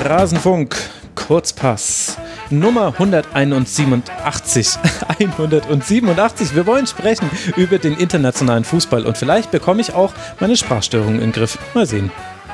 Rasenfunk, Kurzpass, Nummer 187. 187. Wir wollen sprechen über den internationalen Fußball und vielleicht bekomme ich auch meine Sprachstörung in den Griff. Mal sehen.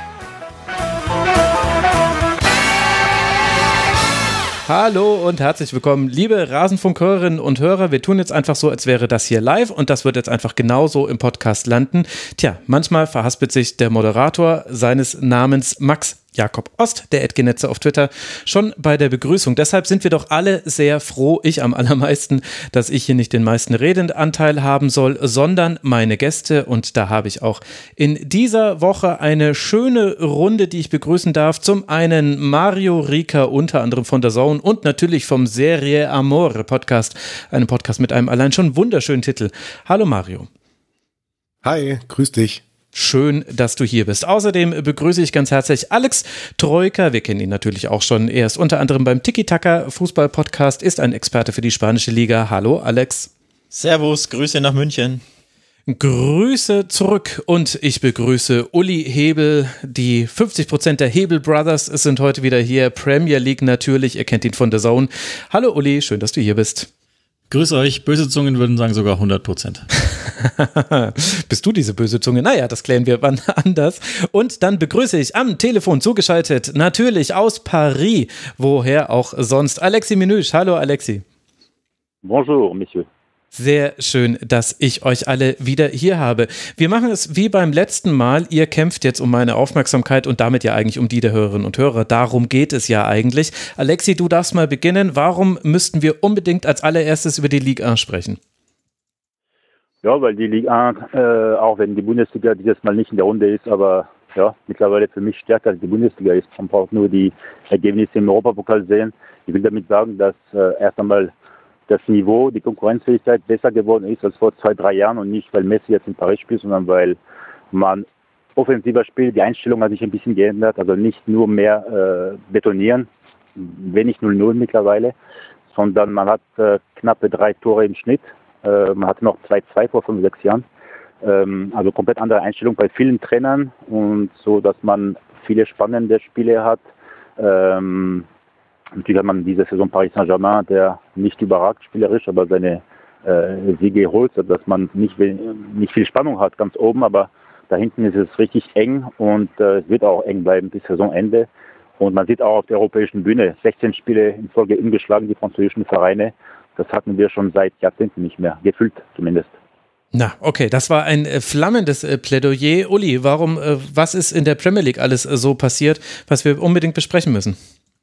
Hallo und herzlich willkommen, liebe Rasenfunk-Hörerinnen und Hörer. Wir tun jetzt einfach so, als wäre das hier live und das wird jetzt einfach genauso im Podcast landen. Tja, manchmal verhaspelt sich der Moderator seines Namens Max Jakob Ost, der @Genetze auf Twitter, schon bei der Begrüßung. Deshalb sind wir doch alle sehr froh, ich am allermeisten, dass ich hier nicht den meisten Redenanteil haben soll, sondern meine Gäste. Und da habe ich auch in dieser Woche eine schöne Runde, die ich begrüßen darf. Zum einen Mario Rieker, unter anderem von DAZN und natürlich vom Serie Amore Podcast. Einem Podcast mit einem allein schon wunderschönen Titel. Hallo Mario. Hi, grüß dich. Schön, dass du hier bist. Außerdem begrüße ich ganz herzlich Alex Troika. Wir kennen ihn natürlich auch schon. Er ist unter anderem beim Tiki-Taka Fußball-Podcast, ist ein Experte für die spanische Liga. Hallo, Alex. Servus, Grüße nach München. Grüße zurück und ich begrüße Uli Hebel. Die 50% der Hebel Brothers sind heute wieder hier. Premier League natürlich, ihr kennt ihn von DAZN. Hallo Uli, schön, dass du hier bist. Grüß euch, böse Zungen würden sagen sogar 100%. Bist du diese böse Zunge? Naja, das klären wir wann anders. Und dann begrüße ich am Telefon zugeschaltet, natürlich aus Paris, woher auch sonst, Alexis Menüsch. Hallo Alexis. Bonjour, Monsieur. Sehr schön, dass ich euch alle wieder hier habe. Wir machen es wie beim letzten Mal. Ihr kämpft jetzt um meine Aufmerksamkeit und damit ja eigentlich um die der Hörerinnen und Hörer. Darum geht es ja eigentlich. Alexi, du darfst mal beginnen. Warum müssten wir unbedingt als allererstes über die Ligue 1 sprechen? Ja, weil die Ligue 1, auch wenn die Bundesliga dieses Mal nicht in der Runde ist, aber ja, mittlerweile für mich stärker als die Bundesliga ist. Man braucht nur die Ergebnisse im Europapokal sehen. Ich will damit sagen, dass erst einmal das Niveau, die Konkurrenzfähigkeit besser geworden ist als vor 2-3 Jahren und nicht, weil Messi jetzt in Paris spielt, sondern weil man offensiver spielt, die Einstellung hat sich ein bisschen geändert, also nicht nur mehr betonieren, wenig 0-0 mittlerweile, sondern man hat knappe 3 Tore im Schnitt, man hatte noch 2-2 vor 5-6 Jahren, also komplett andere Einstellung bei vielen Trainern und so, dass man viele spannende Spiele hat. Natürlich hat man diese Saison Paris Saint-Germain, der nicht überragt spielerisch, aber seine Siege holt, dass man nicht viel Spannung hat ganz oben, aber da hinten ist es richtig eng und es wird auch eng bleiben bis Saisonende. Und man sieht auch auf der europäischen Bühne 16 Spiele in Folge ungeschlagen, die französischen Vereine. Das hatten wir schon seit Jahrzehnten nicht mehr, gefühlt zumindest. Na, okay, das war ein flammendes Plädoyer. Uli, was ist in der Premier League alles so passiert, was wir unbedingt besprechen müssen?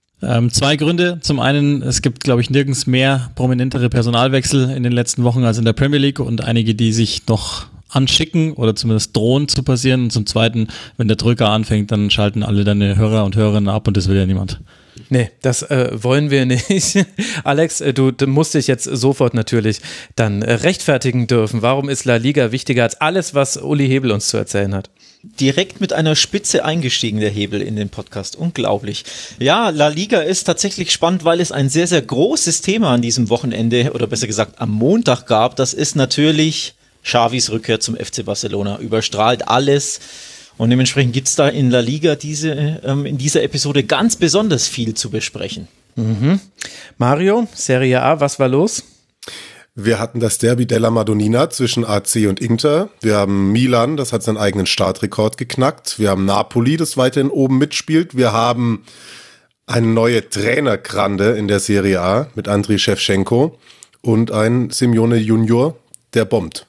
2 Gründe. Zum einen, es gibt, glaube ich, nirgends mehr prominentere Personalwechsel in den letzten Wochen als in der Premier League und einige, die sich noch anschicken oder zumindest drohen zu passieren. Und zum zweiten, wenn der Drücker anfängt, dann schalten alle deine Hörer und Hörerinnen ab und das will ja niemand. Nee, das wollen wir nicht. Alex, du musst dich jetzt sofort natürlich dann rechtfertigen dürfen. Warum ist La Liga wichtiger als alles, was Uli Hebel uns zu erzählen hat? Direkt mit einer Spitze eingestiegen, der Hebel in den Podcast. Unglaublich. Ja, La Liga ist tatsächlich spannend, weil es ein sehr, sehr großes Thema an diesem Wochenende oder besser gesagt am Montag gab. Das ist natürlich Xavis Rückkehr zum FC Barcelona. Überstrahlt alles. Und dementsprechend gibt es da in La Liga in dieser Episode ganz besonders viel zu besprechen. Mhm. Mario, Serie A, was war los? Wir hatten das Derby della Madonnina zwischen AC und Inter. Wir haben Milan, das hat seinen eigenen Startrekord geknackt. Wir haben Napoli, das weiterhin oben mitspielt. Wir haben eine neue Trainergrande in der Serie A mit Andriy Shevchenko und ein Simeone Junior, der bombt.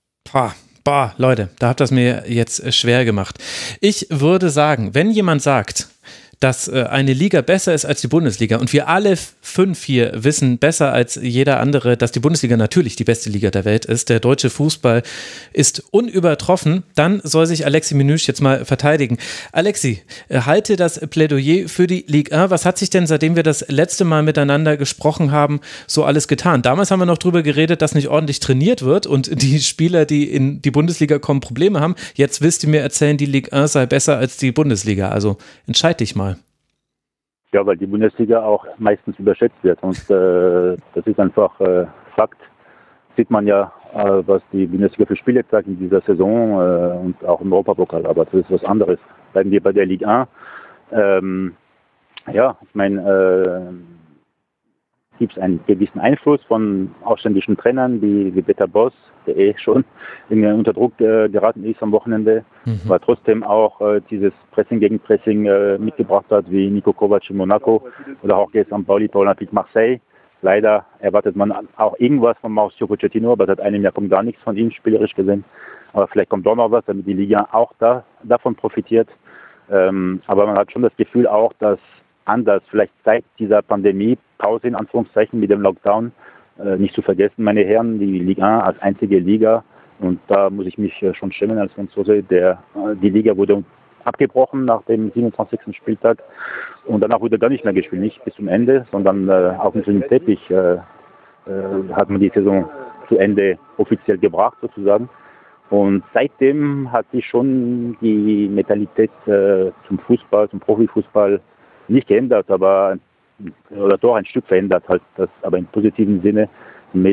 Boah, Leute, da habt ihr es mir jetzt schwer gemacht. Ich würde sagen, wenn jemand sagt, dass eine Liga besser ist als die Bundesliga und wir alle 5 hier wissen besser als jeder andere, dass die Bundesliga natürlich die beste Liga der Welt ist, der deutsche Fußball ist unübertroffen, dann soll sich Alexis Menüsch jetzt mal verteidigen. Alexis, halte das Plädoyer für die Ligue 1. Was hat sich denn, seitdem wir das letzte Mal miteinander gesprochen haben, so alles getan? Damals haben wir noch drüber geredet, dass nicht ordentlich trainiert wird und die Spieler, die in die Bundesliga kommen, Probleme haben. Jetzt willst du mir erzählen, die Ligue 1 sei besser als die Bundesliga. Also entscheid dich mal. Ja, weil die Bundesliga auch meistens überschätzt wird und das ist einfach Fakt. Sieht man ja, was die Bundesliga für Spiele zeigt in dieser Saison und auch im Europapokal, aber das ist was anderes. Bleiben wir bei der Ligue 1. Ja, ich meine, gibt es einen gewissen Einfluss von ausländischen Trainern wie Peter Bosz, der schon unter Druck geraten ist am Wochenende, aber trotzdem auch dieses Pressing gegen Pressing mitgebracht hat, wie Niko Kovac in Monaco oder auch jetzt Sampaoli bei Olympique Marseille. Leider erwartet man auch irgendwas von Mauricio Pochettino, aber seit einem Jahr kommt gar nichts von ihm, spielerisch gesehen. Aber vielleicht kommt doch noch was, damit die Liga auch davon profitiert. Aber man hat schon das Gefühl auch, dass anders, vielleicht seit dieser Pandemie-Pause in Anführungszeichen mit dem Lockdown, nicht zu vergessen, meine Herren, die Liga 1 als einzige Liga, und da muss ich mich schon schämen als Franzose, die Liga wurde abgebrochen nach dem 27. Spieltag und danach wurde gar nicht mehr gespielt, nicht bis zum Ende, sondern auf dem grünen Teppich hat man die Saison zu Ende offiziell gebracht sozusagen. Und seitdem hat sich schon die Mentalität zum Fußball, zum Profifußball nicht geändert, oder doch ein Stück verändert, halt das, aber im positiven Sinne mit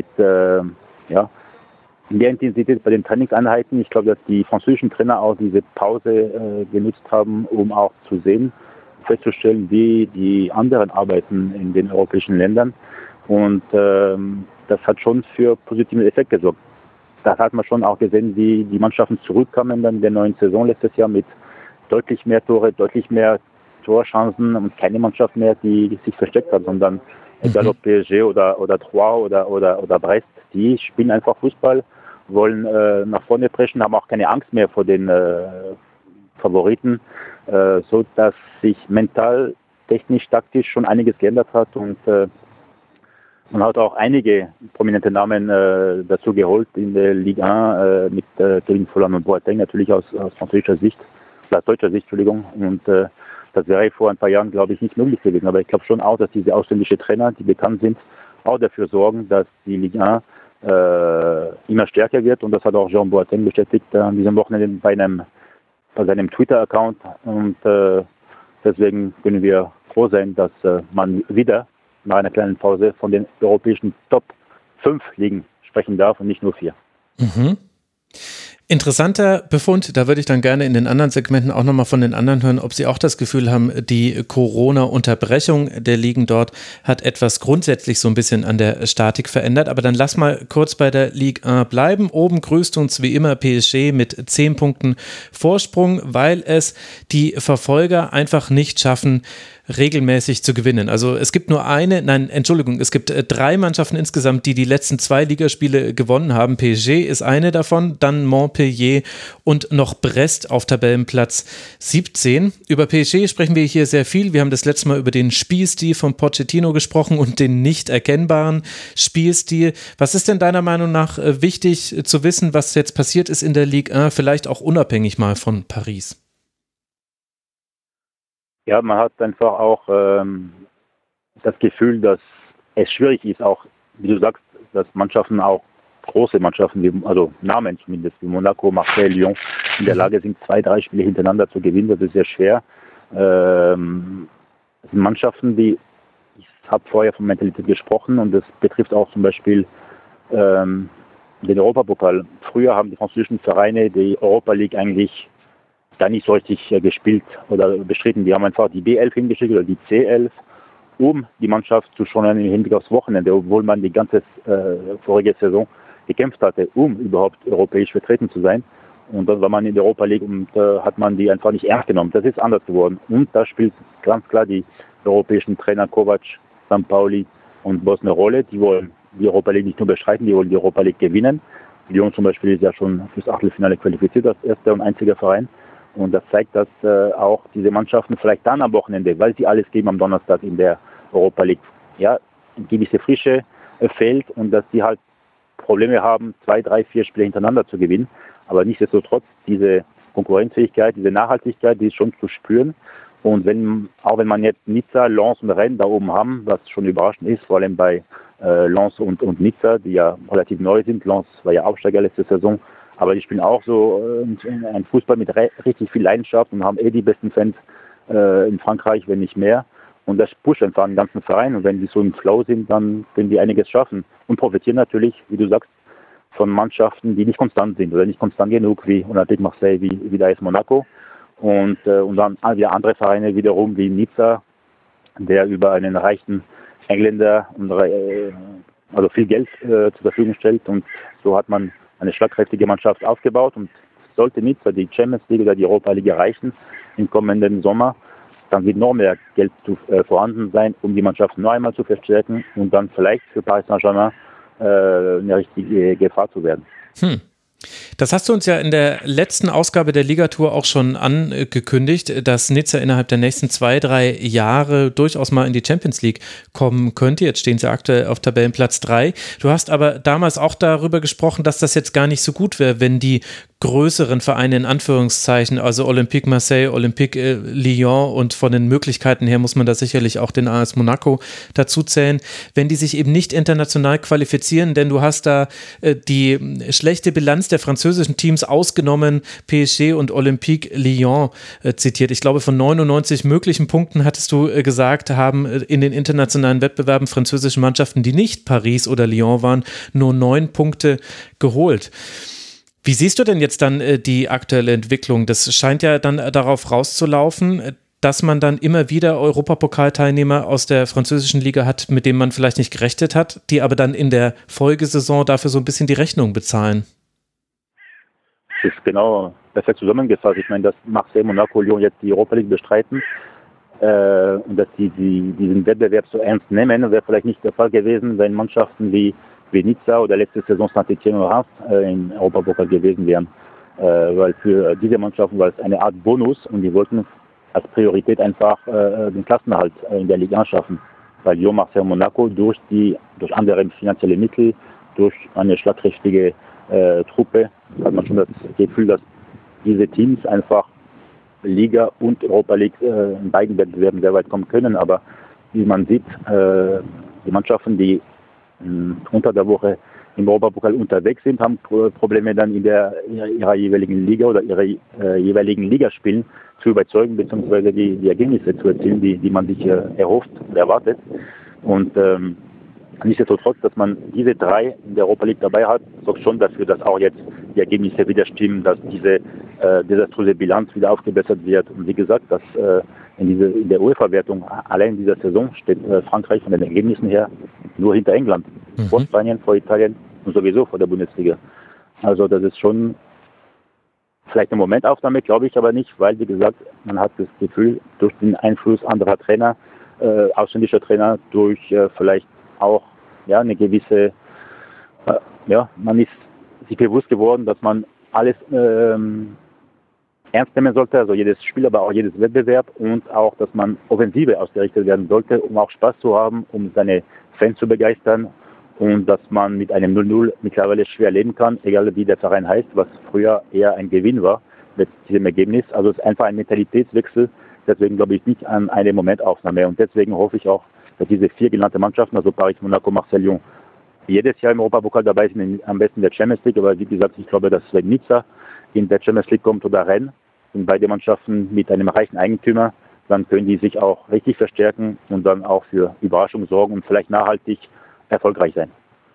mehr Intensität bei den Trainingseinheiten. Ich glaube, dass die französischen Trainer auch diese Pause genutzt haben, um auch zu sehen, festzustellen, wie die anderen arbeiten in den europäischen Ländern. Und das hat schon für positiven Effekt gesorgt. Das hat man schon auch gesehen, wie die Mannschaften zurückkamen dann in der neuen Saison letztes Jahr mit deutlich mehr Tore, deutlich mehr Torchancen und keine Mannschaft mehr, die sich versteckt hat, sondern egal ob PSG oder Troyes oder Brest, die spielen einfach Fußball, wollen nach vorne preschen, haben auch keine Angst mehr vor den Favoriten, so dass sich mental, technisch, taktisch schon einiges geändert hat und man hat auch einige prominente Namen dazu geholt in der Ligue 1 mit Kevin Volland und Boateng, natürlich aus französischer Sicht, aus deutscher Sicht, Entschuldigung. Und das wäre vor ein paar Jahren, glaube ich, nicht möglich gewesen. Aber ich glaube schon auch, dass diese ausländischen Trainer, die bekannt sind, auch dafür sorgen, dass die Ligue 1 immer stärker wird. Und das hat auch Jean Boateng bestätigt an diesem Wochenende bei seinem Twitter-Account. Und deswegen können wir froh sein, dass man wieder nach einer kleinen Pause von den europäischen Top 5 Ligen sprechen darf und nicht nur 4. Interessanter Befund, da würde ich dann gerne in den anderen Segmenten auch nochmal von den anderen hören, ob sie auch das Gefühl haben, die Corona-Unterbrechung der Ligen dort hat etwas grundsätzlich so ein bisschen an der Statik verändert. Aber dann lass mal kurz bei der Ligue 1 bleiben. Oben grüßt uns wie immer PSG mit 10 Punkten Vorsprung, weil es die Verfolger einfach nicht schaffen, regelmäßig zu gewinnen. Also es gibt es gibt 3 Mannschaften insgesamt, die letzten 2 Ligaspiele gewonnen haben. PSG ist eine davon, dann Montpellier und noch Brest auf Tabellenplatz 17. Über PSG sprechen wir hier sehr viel. Wir haben das letzte Mal über den Spielstil von Pochettino gesprochen und den nicht erkennbaren Spielstil. Was ist denn deiner Meinung nach wichtig zu wissen, was jetzt passiert ist in der Ligue 1, vielleicht auch unabhängig mal von Paris? Ja, man hat einfach auch das Gefühl, dass es schwierig ist, auch, wie du sagst, dass Mannschaften, auch große Mannschaften, also Namen zumindest, wie Monaco, Marseille, Lyon, in der Lage sind, 2-3 Spiele hintereinander zu gewinnen. Das ist sehr schwer. Es sind Mannschaften, ich habe vorher von Mentalität gesprochen und das betrifft auch zum Beispiel den Europapokal. Früher haben die französischen Vereine die Europa League eigentlich da nicht so richtig gespielt oder bestritten. Die haben einfach die B11 hingeschickt oder die C11, um die Mannschaft zu schonen im Hinblick aufs Wochenende, obwohl man die ganze vorige Saison gekämpft hatte, um überhaupt europäisch vertreten zu sein. Und dann war man in der Europa League und hat man die einfach nicht ernst genommen. Das ist anders geworden. Und da spielt ganz klar die europäischen Trainer Kovac, Sampaoli und Bosz eine Rolle. Die wollen die Europa League nicht nur bestreiten, die wollen die Europa League gewinnen. Lyon zum Beispiel ist ja schon fürs Achtelfinale qualifiziert als erster und einziger Verein. Und das zeigt, dass auch diese Mannschaften vielleicht dann am Wochenende, weil sie alles geben am Donnerstag in der Europa League, ja, eine gewisse Frische fehlt und dass sie halt Probleme haben, 2, 3, 4 Spiele hintereinander zu gewinnen. Aber nichtsdestotrotz, diese Konkurrenzfähigkeit, diese Nachhaltigkeit, die ist schon zu spüren. Und wenn man jetzt Nizza, Lens und Rennes da oben haben, was schon überraschend ist, vor allem bei Lens und Nizza, die ja relativ neu sind. Lens war ja Aufsteiger letzte Saison. Aber die spielen auch so ein Fußball mit richtig viel Leidenschaft und haben die besten Fans in Frankreich, wenn nicht mehr. Und das pusht einfach den ganzen Verein. Und wenn die so im Flow sind, dann können die einiges schaffen. Und profitieren natürlich, wie du sagst, von Mannschaften, die nicht konstant sind oder nicht konstant genug, wie Olympique Marseille, wie da ist Monaco. Und dann wieder andere Vereine wiederum wie Nizza, der über einen reichen Engländer also viel Geld zur Verfügung stellt. Und so hat man eine schlagkräftige Mannschaft aufgebaut und sollte Nizza die Champions League oder die Europa League erreichen im kommenden Sommer, dann wird noch mehr Geld vorhanden sein, um die Mannschaft noch einmal zu verstärken und dann vielleicht für Paris Saint-Germain eine richtige Gefahr zu werden. Das hast du uns ja in der letzten Ausgabe der Ligatour auch schon angekündigt, dass Nizza innerhalb der nächsten 2-3 Jahre durchaus mal in die Champions League kommen könnte. Jetzt stehen sie aktuell auf Tabellenplatz 3. Du hast aber damals auch darüber gesprochen, dass das jetzt gar nicht so gut wäre, wenn die größeren Vereine in Anführungszeichen, also Olympique Marseille, Olympique Lyon und von den Möglichkeiten her muss man da sicherlich auch den AS Monaco dazu zählen, wenn die sich eben nicht international qualifizieren, denn du hast da die schlechte Bilanz der französischen Teams ausgenommen, PSG und Olympique Lyon zitiert. Ich glaube, von 99 möglichen Punkten hattest du gesagt, haben in den internationalen Wettbewerben französische Mannschaften, die nicht Paris oder Lyon waren, nur 9 Punkte geholt. Wie siehst du denn jetzt dann die aktuelle Entwicklung? Das scheint ja dann darauf rauszulaufen, dass man dann immer wieder Europapokalteilnehmer aus der französischen Liga hat, mit denen man vielleicht nicht gerechnet hat, die aber dann in der Folgesaison dafür so ein bisschen die Rechnung bezahlen. Das ist genau perfekt zusammengefasst. Ich meine, dass Marseille, Monaco, Lyon jetzt die Europa League bestreiten und dass die diesen Wettbewerb so ernst nehmen, wäre vielleicht nicht der Fall gewesen, wenn Mannschaften wie Nizza oder letzte Saison Saint-Etienne oder Reims im Europapokal gewesen wären. Weil für diese Mannschaften war es eine Art Bonus und die wollten als Priorität einfach den Klassenerhalt in der Liga schaffen. Weil Lyon, Marseille und Monaco durch andere finanzielle Mittel, durch eine schlagkräftige Truppe, hat man schon das Gefühl, dass diese Teams einfach Liga und Europa League in beiden Wettbewerben sehr weit kommen können. Aber wie man sieht, die Mannschaften, die unter der Woche im Europapokal unterwegs sind, haben Probleme dann in ihrer jeweiligen Liga oder ihrer jeweiligen Ligaspielen zu überzeugen, beziehungsweise die Ergebnisse zu erzielen, die man sich erhofft und erwartet. Und nichtsdestotrotz, dass man diese 3 in der Europa League dabei hat, sorgt schon dafür, dass auch jetzt die Ergebnisse wieder stimmen, dass diese desaströse Bilanz wieder aufgebessert wird. Und wie gesagt, dass in der UEFA-Wertung allein in dieser Saison steht Frankreich von den Ergebnissen her nur hinter England, vor Spanien, vor Italien und sowieso vor der Bundesliga. Also das ist schon vielleicht eine Momentaufnahme, glaube ich aber nicht, weil, wie gesagt, man hat das Gefühl, durch den Einfluss anderer Trainer, ausländischer Trainer, durch vielleicht auch eine gewisse, man ist sich bewusst geworden, dass man alles ernst nehmen sollte, also jedes Spiel, aber auch jedes Wettbewerb und auch, dass man Offensive ausgerichtet werden sollte, um auch Spaß zu haben, um seine Fans zu begeistern und dass man mit einem 0-0 mittlerweile schwer leben kann, egal wie der Verein heißt, was früher eher ein Gewinn war mit diesem Ergebnis. Also es ist einfach ein Mentalitätswechsel, deswegen glaube ich nicht an eine Momentaufnahme und deswegen hoffe ich auch, dass diese 4 genannten Mannschaften, also Paris, Monaco, Marseille, Lyon, jedes Jahr im Europapokal dabei sind, am besten der Champions League, aber wie gesagt, ich glaube, dass wenn Nizza in der Champions League kommt oder Rennes, sind beide Mannschaften mit einem reichen Eigentümer, dann können die sich auch richtig verstärken und dann auch für Überraschung sorgen und vielleicht nachhaltig erfolgreich sein.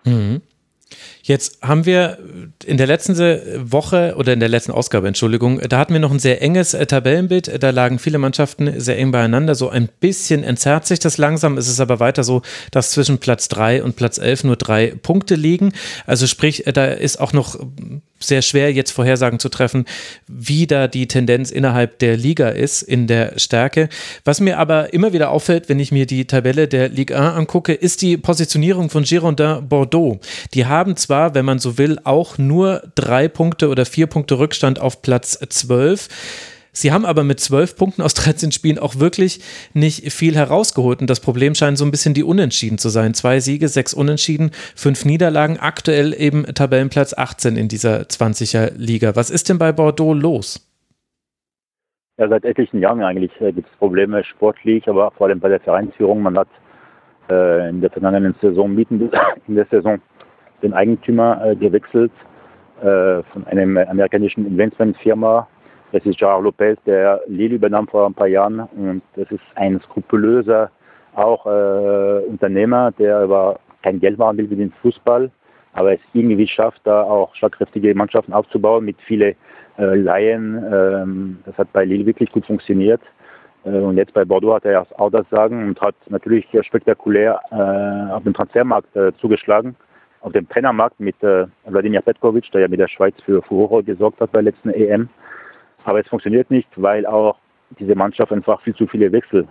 Jetzt haben wir in der letzten Woche oder in der letzten Ausgabe, Entschuldigung, da hatten wir noch ein sehr enges Tabellenbild, da lagen viele Mannschaften sehr eng beieinander, so ein bisschen entzerrt sich das langsam, es ist aber weiter so, dass zwischen Platz 3 und Platz 11 nur 3 Punkte liegen, also sprich, da ist auch noch sehr schwer jetzt Vorhersagen zu treffen, wie da die Tendenz innerhalb der Liga ist in der Stärke. Was mir aber immer wieder auffällt, wenn ich mir die Tabelle der Ligue 1 angucke, ist die Positionierung von Girondins Bordeaux. Die haben zwar, wenn man so will, auch nur 3 Punkte oder 4 Punkte Rückstand auf Platz 12. Sie haben aber mit 12 Punkten aus 13 Spielen auch wirklich nicht viel herausgeholt und das Problem scheinen so ein bisschen die Unentschieden zu sein. 2 Siege, 6 Unentschieden, 5 Niederlagen, aktuell eben Tabellenplatz 18 in dieser 20er Liga. Was ist denn bei Bordeaux los? Ja, seit etlichen Jahren eigentlich gibt es Probleme sportlich, aber vor allem bei der Vereinsführung. Man hat in der vergangenen Saison, mitten in der Saison, den Eigentümer gewechselt von einem amerikanischen Investmentfirma. Das ist Gerard Lopez, der Lille übernahm vor ein paar Jahren und das ist ein skrupulöser auch Unternehmer, der aber kein Geld machen will wie den Fußball, aber es irgendwie schafft, da auch schlagkräftige Mannschaften aufzubauen mit vielen Laien. Das hat bei Lille wirklich gut funktioniert. Und jetzt bei Bordeaux hat er auch das Sagen und hat natürlich spektakulär auf dem Transfermarkt zugeschlagen, auf dem Trainermarkt mit Wladimir Petkovic, der ja mit der Schweiz für Furore gesorgt hat bei der letzten EM. Aber es funktioniert nicht, weil auch diese Mannschaft einfach viel zu viele Wechsel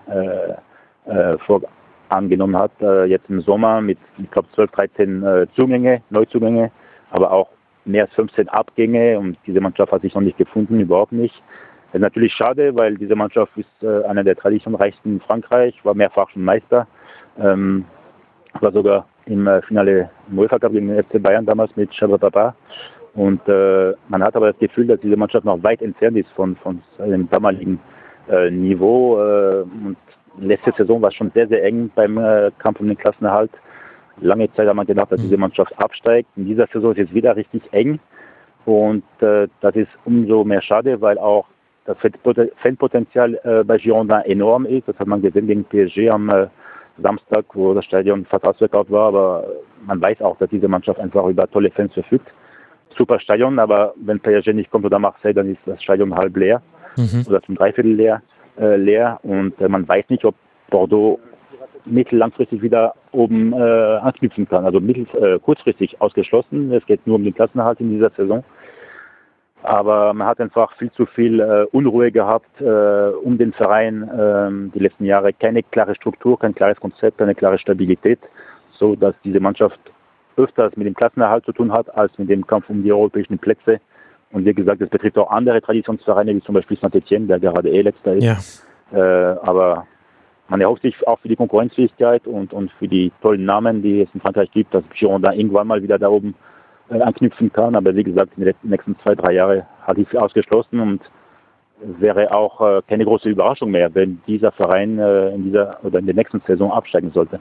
angenommen hat. Jetzt im Sommer mit, ich glaube, 12, 13 Neuzugänge, aber auch mehr als 15 Abgänge und diese Mannschaft hat sich noch nicht gefunden, überhaupt nicht. Das ist natürlich schade, weil diese Mannschaft ist eine der traditionsreichsten in Frankreich, war mehrfach schon Meister, war sogar im Finale im UEFA Cup gegen den FC Bayern damals mit Chabapapa. Und man hat aber das Gefühl, dass diese Mannschaft noch weit entfernt ist von dem damaligen Niveau. Und letzte Saison war es schon sehr, sehr eng beim Kampf um den Klassenerhalt. Lange Zeit hat man gedacht, dass diese Mannschaft absteigt. In dieser Saison ist es wieder richtig eng. Und das ist umso mehr schade, weil auch das Fanpotenzial bei Girondins enorm ist. Das hat man gesehen gegen PSG am Samstag, wo das Stadion fast ausverkauft war. Aber man weiß auch, dass diese Mannschaft einfach über tolle Fans verfügt. Super Stadion, aber wenn PSG nicht kommt oder Marseille, dann ist das Stadion halb leer oder zum Dreiviertel leer. Und man weiß nicht, ob Bordeaux mittellangfristig wieder oben anknüpfen kann. Also kurzfristig ausgeschlossen. Es geht nur um den Klassenerhalt in dieser Saison. Aber man hat einfach viel zu viel Unruhe gehabt um den Verein die letzten Jahre. Keine klare Struktur, kein klares Konzept, keine klare Stabilität, so dass diese Mannschaft öfters mit dem Klassenerhalt zu tun hat, als mit dem Kampf um die europäischen Plätze. Und wie gesagt, das betrifft auch andere Traditionsvereine, wie zum Beispiel Saint-Etienne, der gerade letzter ist. Ja. Aber man erhofft sich auch für die Konkurrenzfähigkeit und für die tollen Namen, die es in Frankreich gibt, dass Girondins irgendwann mal wieder da oben anknüpfen kann. Aber wie gesagt, in den nächsten 2-3 Jahren hat ich ausgeschlossen und wäre auch keine große Überraschung mehr, wenn dieser Verein in der nächsten Saison absteigen sollte.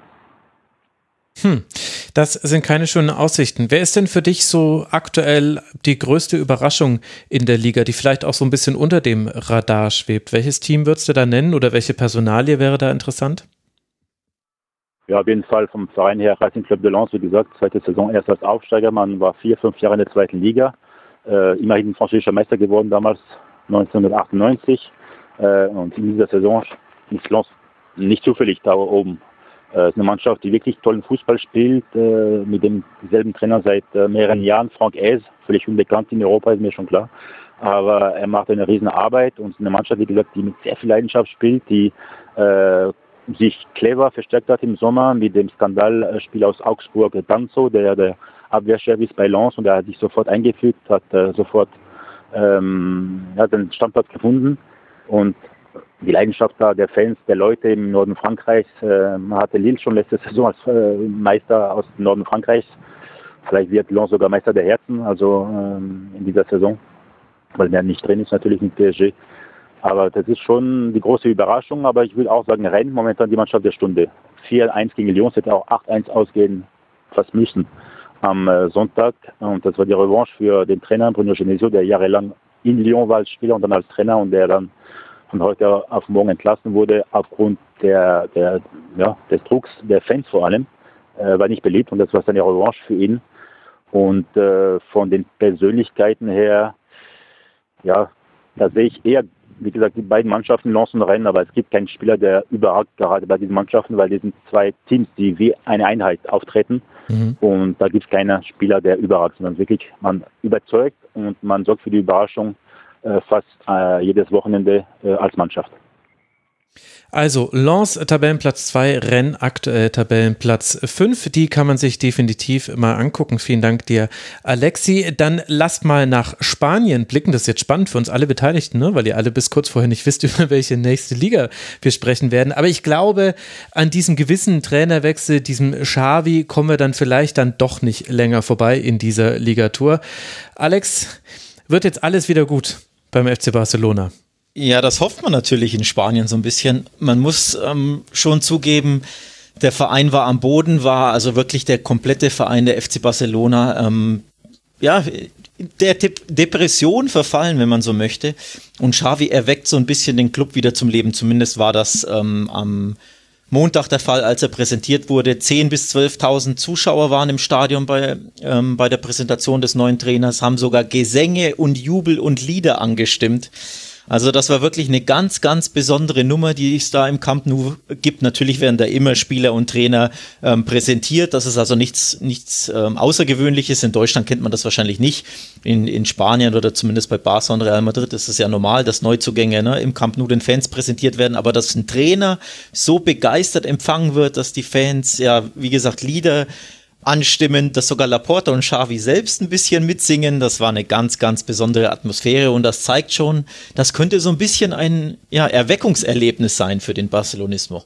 Das sind keine schönen Aussichten. Wer ist denn für dich so aktuell die größte Überraschung in der Liga, die vielleicht auch so ein bisschen unter dem Radar schwebt? Welches Team würdest du da nennen oder welche Personalie wäre da interessant? Ja, auf jeden Fall vom Verein her Racing Club de Lens, wie gesagt, zweite Saison erst als Aufsteiger. Man war 4-5 Jahre in der zweiten Liga, immerhin französischer Meister geworden damals, 1998. Und in dieser Saison ist Lens nicht zufällig da oben. Es ist eine Mannschaft, die wirklich tollen Fußball spielt, mit demselben Trainer seit mehreren Jahren, Franck Hez, völlig unbekannt in Europa, ist mir schon klar. Aber er macht eine riesen Arbeit und eine Mannschaft, wie gesagt, die mit sehr viel Leidenschaft spielt, die sich clever verstärkt hat im Sommer mit dem Skandalspiel aus Augsburg, Danzo, der Abwehrchef ist bei Lens und der hat sich sofort eingefügt, hat sofort den Standplatz gefunden und die Leidenschaft der Fans, der Leute im Norden Frankreichs. Man hatte Lille schon letzte Saison als Meister aus dem Norden Frankreichs. Vielleicht wird Lens sogar Meister der Herzen, also in dieser Saison, weil der nicht drin ist natürlich mit PSG. Aber das ist schon die große Überraschung. Aber ich will auch sagen, Rennes momentan die Mannschaft der Stunde. 4-1 gegen Lyon, hätte auch 8-1 ausgehen fast müssen am Sonntag. Und das war die Revanche für den Trainer Bruno Genesio, der jahrelang in Lyon war als Spieler und dann als Trainer und der dann von heute auf morgen entlassen wurde aufgrund des Drucks der Fans vor allem. War nicht beliebt und das war seine Revanche für ihn. Und von den Persönlichkeiten her, ja, da sehe ich eher, wie gesagt, die beiden Mannschaften Lens und Rennes, aber es gibt keinen Spieler, der überragt gerade bei diesen Mannschaften, weil die sind zwei Teams, die wie eine Einheit auftreten. Und da gibt es keinen Spieler, der überragt, sondern wirklich man überzeugt und man sorgt für die Überraschung fast jedes Wochenende als Mannschaft. Also Lens Tabellenplatz 2, Rennes aktuell Tabellenplatz 5. Die kann man sich definitiv mal angucken. Vielen Dank dir, Alexi. Dann lasst mal nach Spanien blicken. Das ist jetzt spannend für uns alle Beteiligten, ne? Weil ihr alle bis kurz vorher nicht wisst, über welche nächste Liga wir sprechen werden. Aber ich glaube, an diesem gewissen Trainerwechsel, diesem Xavi, kommen wir dann vielleicht dann doch nicht länger vorbei in dieser Ligatur. Alex, wird jetzt alles wieder gut beim FC Barcelona? Ja, das hofft man natürlich in Spanien so ein bisschen. Man muss schon zugeben, der Verein war am Boden, war also wirklich der komplette Verein der FC Barcelona, der Depression verfallen, wenn man so möchte. Und Xavi erweckt so ein bisschen den Club wieder zum Leben. Zumindest war das am Montag der Fall, als er präsentiert wurde. 10.000 bis 12.000 Zuschauer waren im Stadion bei der Präsentation des neuen Trainers, haben sogar Gesänge und Jubel und Lieder angestimmt. Also das war wirklich eine ganz, ganz besondere Nummer, die es da im Camp Nou gibt. Natürlich werden da immer Spieler und Trainer präsentiert. Das ist also nichts Außergewöhnliches. In Deutschland kennt man das wahrscheinlich nicht. In Spanien oder zumindest bei Barca und Real Madrid ist es ja normal, dass Neuzugänge im Camp Nou den Fans präsentiert werden. Aber dass ein Trainer so begeistert empfangen wird, dass die Fans, ja, wie gesagt, Lieder anstimmen, dass sogar Laporta und Xavi selbst ein bisschen mitsingen. Das war eine ganz, ganz besondere Atmosphäre und das zeigt schon, das könnte so ein bisschen ein Erweckungserlebnis sein für den Barcelonismo.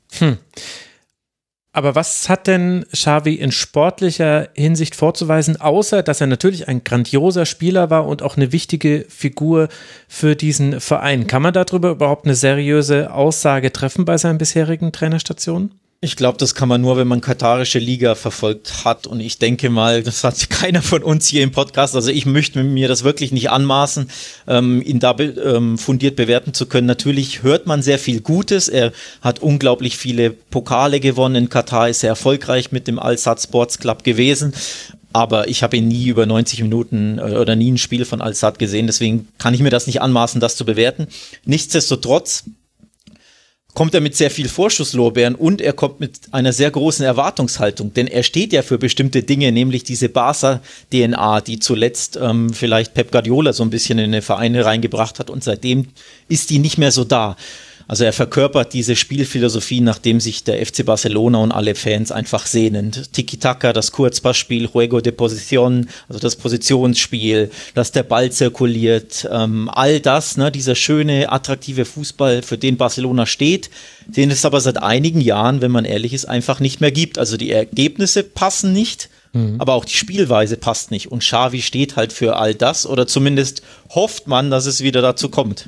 Aber was hat denn Xavi in sportlicher Hinsicht vorzuweisen, außer dass er natürlich ein grandioser Spieler war und auch eine wichtige Figur für diesen Verein? Kann man darüber überhaupt eine seriöse Aussage treffen bei seinen bisherigen Trainerstationen? Ich glaube, das kann man nur, wenn man katarische Liga verfolgt hat und ich denke mal, das hat keiner von uns hier im Podcast, also ich möchte mir das wirklich nicht anmaßen, ihn da fundiert bewerten zu können. Natürlich hört man sehr viel Gutes, er hat unglaublich viele Pokale gewonnen, in Katar ist er erfolgreich mit dem Al-Sadd Sports Club gewesen, aber ich habe ihn nie über 90 Minuten oder nie ein Spiel von Al-Sadd gesehen, deswegen kann ich mir das nicht anmaßen, das zu bewerten. Nichtsdestotrotz kommt er mit sehr viel Vorschusslorbeeren und er kommt mit einer sehr großen Erwartungshaltung, denn er steht ja für bestimmte Dinge, nämlich diese Barca-DNA, die zuletzt vielleicht Pep Guardiola so ein bisschen in den Vereine reingebracht hat und seitdem ist die nicht mehr so da. Also er verkörpert diese Spielphilosophie, nachdem sich der FC Barcelona und alle Fans einfach sehnen. Tiki-Taka, das Kurzpassspiel, Juego de Posición, also das Positionsspiel, dass der Ball zirkuliert, all das, dieser schöne, attraktive Fußball, für den Barcelona steht, den es aber seit einigen Jahren, wenn man ehrlich ist, einfach nicht mehr gibt. Also die Ergebnisse passen nicht, aber auch die Spielweise passt nicht. Und Xavi steht halt für all das oder zumindest hofft man, dass es wieder dazu kommt.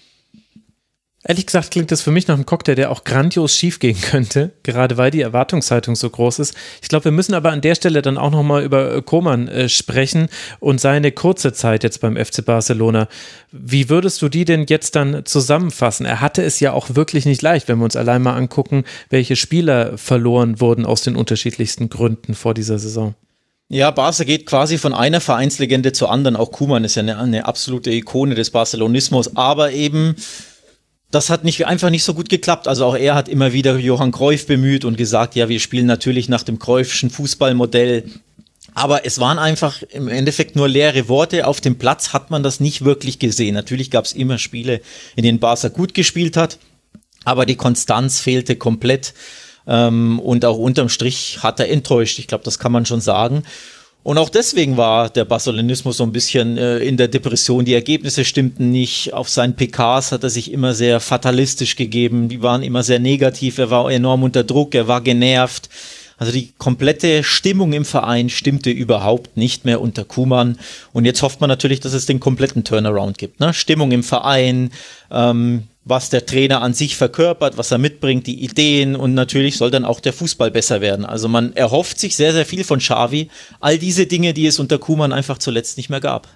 Ehrlich gesagt klingt das für mich nach einem Cocktail, der auch grandios schief gehen könnte, gerade weil die Erwartungshaltung so groß ist. Ich glaube, wir müssen aber an der Stelle dann auch nochmal über Koeman sprechen und seine kurze Zeit jetzt beim FC Barcelona. Wie würdest du die denn jetzt dann zusammenfassen? Er hatte es ja auch wirklich nicht leicht, wenn wir uns allein mal angucken, welche Spieler verloren wurden aus den unterschiedlichsten Gründen vor dieser Saison. Ja, Barca geht quasi von einer Vereinslegende zur anderen. Auch Koeman ist ja eine absolute Ikone des Barcelonismus, aber eben das hat einfach nicht so gut geklappt. Also auch er hat immer wieder Johann Cruyff bemüht und gesagt, ja, wir spielen natürlich nach dem Cruyffschen Fußballmodell. Aber es waren einfach im Endeffekt nur leere Worte. Auf dem Platz hat man das nicht wirklich gesehen. Natürlich gab es immer Spiele, in denen Barca gut gespielt hat, aber die Konstanz fehlte komplett. Und auch unterm Strich hat er enttäuscht. Ich glaube, das kann man schon sagen. Und auch deswegen war der Barcelonismus so ein bisschen in der Depression. Die Ergebnisse stimmten nicht. Auf seinen PKs hat er sich immer sehr fatalistisch gegeben. Die waren immer sehr negativ. Er war enorm unter Druck. Er war genervt. Also die komplette Stimmung im Verein stimmte überhaupt nicht mehr unter Koeman. Und jetzt hofft man natürlich, dass es den kompletten Turnaround gibt. Stimmung im Verein, was der Trainer an sich verkörpert, was er mitbringt, die Ideen und natürlich soll dann auch der Fußball besser werden. Also man erhofft sich sehr, sehr viel von Xavi. All diese Dinge, die es unter Koeman einfach zuletzt nicht mehr gab.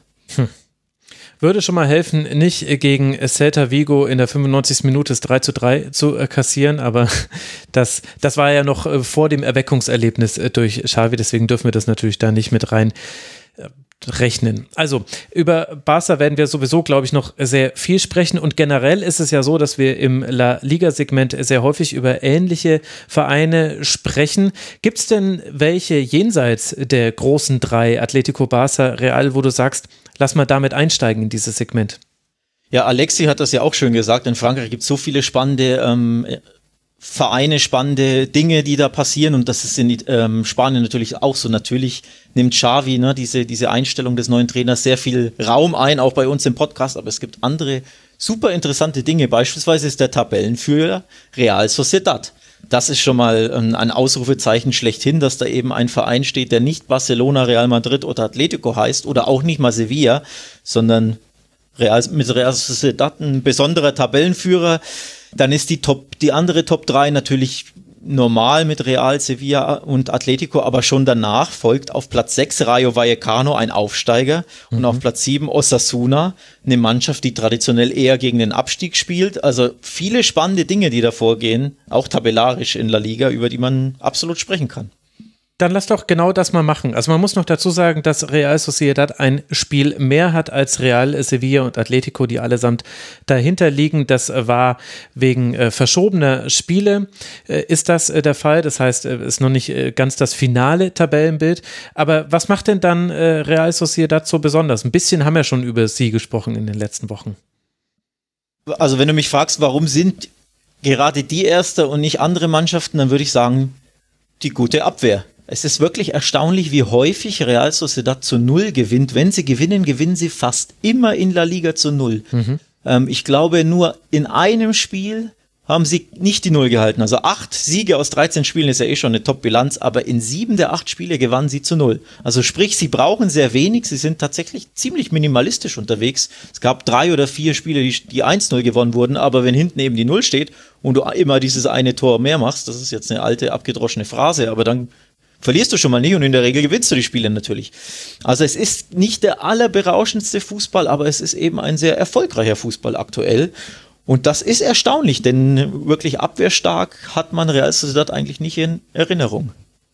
Würde schon mal helfen, nicht gegen Celta Vigo in der 95. Minute das 3:3 zu kassieren, aber das war ja noch vor dem Erweckungserlebnis durch Xavi, deswegen dürfen wir das natürlich da nicht mit rein rechnen. Also über Barca werden wir sowieso, glaube ich, noch sehr viel sprechen und generell ist es ja so, dass wir im La Liga-Segment sehr häufig über ähnliche Vereine sprechen. Gibt es denn welche jenseits der großen drei, Atletico, Barca, Real, wo du sagst, lass mal damit einsteigen in dieses Segment? Ja, Alexi hat das ja auch schön gesagt, in Frankreich gibt es so viele spannende Vereine, spannende Dinge, die da passieren und das ist in Spanien natürlich auch so. Natürlich nimmt Xavi, diese Einstellung des neuen Trainers sehr viel Raum ein, auch bei uns im Podcast, aber es gibt andere super interessante Dinge. Beispielsweise ist der Tabellenführer Real Sociedad. Das ist schon mal ein Ausrufezeichen schlechthin, dass da eben ein Verein steht, der nicht Barcelona, Real Madrid oder Atletico heißt oder auch nicht mal Sevilla, sondern mit Real Sociedad ein besonderer Tabellenführer. Dann ist die andere Top 3 natürlich normal mit Real, Sevilla und Atletico, aber schon danach folgt auf Platz 6 Rayo Vallecano, ein Aufsteiger, und auf Platz 7 Osasuna, eine Mannschaft, die traditionell eher gegen den Abstieg spielt. Also viele spannende Dinge, die da vorgehen, auch tabellarisch in La Liga, über die man absolut sprechen kann. Dann lass doch genau das mal machen. Also man muss noch dazu sagen, dass Real Sociedad ein Spiel mehr hat als Real, Sevilla und Atletico, die allesamt dahinter liegen. Das war wegen verschobener Spiele, ist das der Fall. Das heißt, ist noch nicht ganz das finale Tabellenbild. Aber was macht denn dann Real Sociedad so besonders? Ein bisschen haben wir schon über sie gesprochen in den letzten Wochen. Also wenn du mich fragst, warum sind gerade die Erste und nicht andere Mannschaften, dann würde ich sagen, die gute Abwehr. Es ist wirklich erstaunlich, wie häufig Real Sociedad zu 0 gewinnt. Wenn sie gewinnen, gewinnen sie fast immer in La Liga zu 0. Ich glaube, nur in einem Spiel haben sie nicht die 0 gehalten. Also 8 Siege aus 13 Spielen ist ja eh schon eine Top-Bilanz, aber in 7 der 8 Spiele gewannen sie zu 0. Also sprich, sie brauchen sehr wenig, sie sind tatsächlich ziemlich minimalistisch unterwegs. Es gab 3 oder 4 Spiele, die 1-0 gewonnen wurden, aber wenn hinten eben die 0 steht und du immer dieses eine Tor mehr machst, das ist jetzt eine alte, abgedroschene Phrase, aber dann verlierst du schon mal nicht und in der Regel gewinnst du die Spiele natürlich. Also es ist nicht der allerberauschendste Fußball, aber es ist eben ein sehr erfolgreicher Fußball aktuell. Und das ist erstaunlich, denn wirklich abwehrstark hat man Real Sociedad eigentlich nicht in Erinnerung.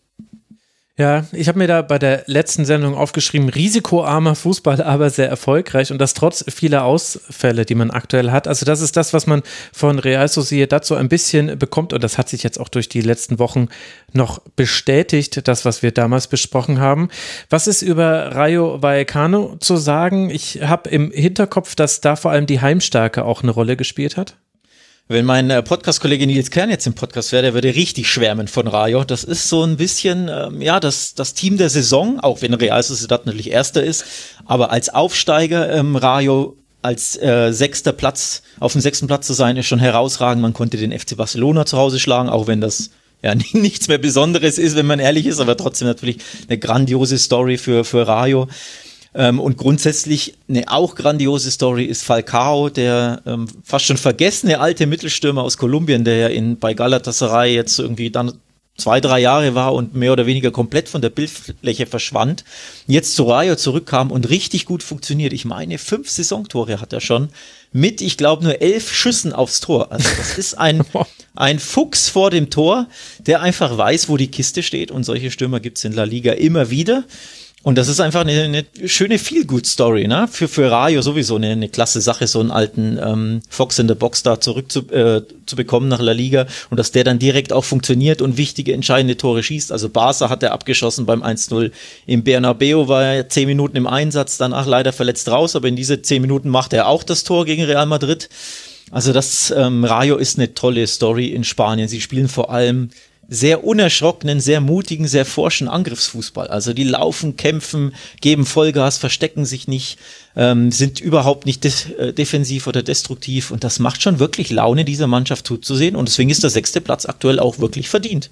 Ja, ich habe mir da bei der letzten Sendung aufgeschrieben, risikoarmer Fußball, aber sehr erfolgreich und das trotz vieler Ausfälle, die man aktuell hat. Also das ist das, was man von Real Sociedad so ein bisschen bekommt und das hat sich jetzt auch durch die letzten Wochen noch bestätigt, das, was wir damals besprochen haben. Was ist über Rayo Vallecano zu sagen? Ich habe im Hinterkopf, dass da vor allem die Heimstärke auch eine Rolle gespielt hat. Wenn mein Podcast-Kollege Nils Kern jetzt im Podcast wäre, der würde richtig schwärmen von Rayo. Das ist so ein bisschen, das Team der Saison, auch wenn Real Sociedad natürlich Erster ist, aber als Aufsteiger Rayo als 6. Platz, auf dem 6. Platz zu sein, ist schon herausragend. Man konnte den FC Barcelona zu Hause schlagen, auch wenn das ja nichts mehr Besonderes ist, wenn man ehrlich ist, aber trotzdem natürlich eine grandiose Story für Rayo. Und grundsätzlich eine auch grandiose Story ist Falcao, der fast schon vergessene alte Mittelstürmer aus Kolumbien, der ja bei Galatasaray jetzt irgendwie dann 2-3 Jahre war und mehr oder weniger komplett von der Bildfläche verschwand, jetzt zu Rayo zurückkam und richtig gut funktioniert. Ich meine, 5 Saisontore hat er schon mit, ich glaube, nur 11 Schüssen aufs Tor. Also das ist ein Fuchs vor dem Tor, der einfach weiß, wo die Kiste steht und solche Stürmer gibt es in La Liga immer wieder. Und das ist einfach eine schöne Feel-Good-Story, ne? Für Rayo sowieso eine klasse Sache, so einen alten Fox in the Box da zurück zu bekommen nach La Liga und dass der dann direkt auch funktioniert und wichtige, entscheidende Tore schießt. Also Barca hat er abgeschossen beim 1-0 im Bernabeu, war er 10 Minuten im Einsatz, danach leider verletzt raus, aber in diese 10 Minuten macht er auch das Tor gegen Real Madrid. Also das Rayo ist eine tolle Story in Spanien. Sie spielen vor allem sehr unerschrockenen, sehr mutigen, sehr forschen Angriffsfußball. Also die laufen, kämpfen, geben Vollgas, verstecken sich nicht, sind überhaupt nicht defensiv oder destruktiv und das macht schon wirklich Laune, dieser Mannschaft zuzusehen und deswegen ist der 6. Platz aktuell auch wirklich verdient.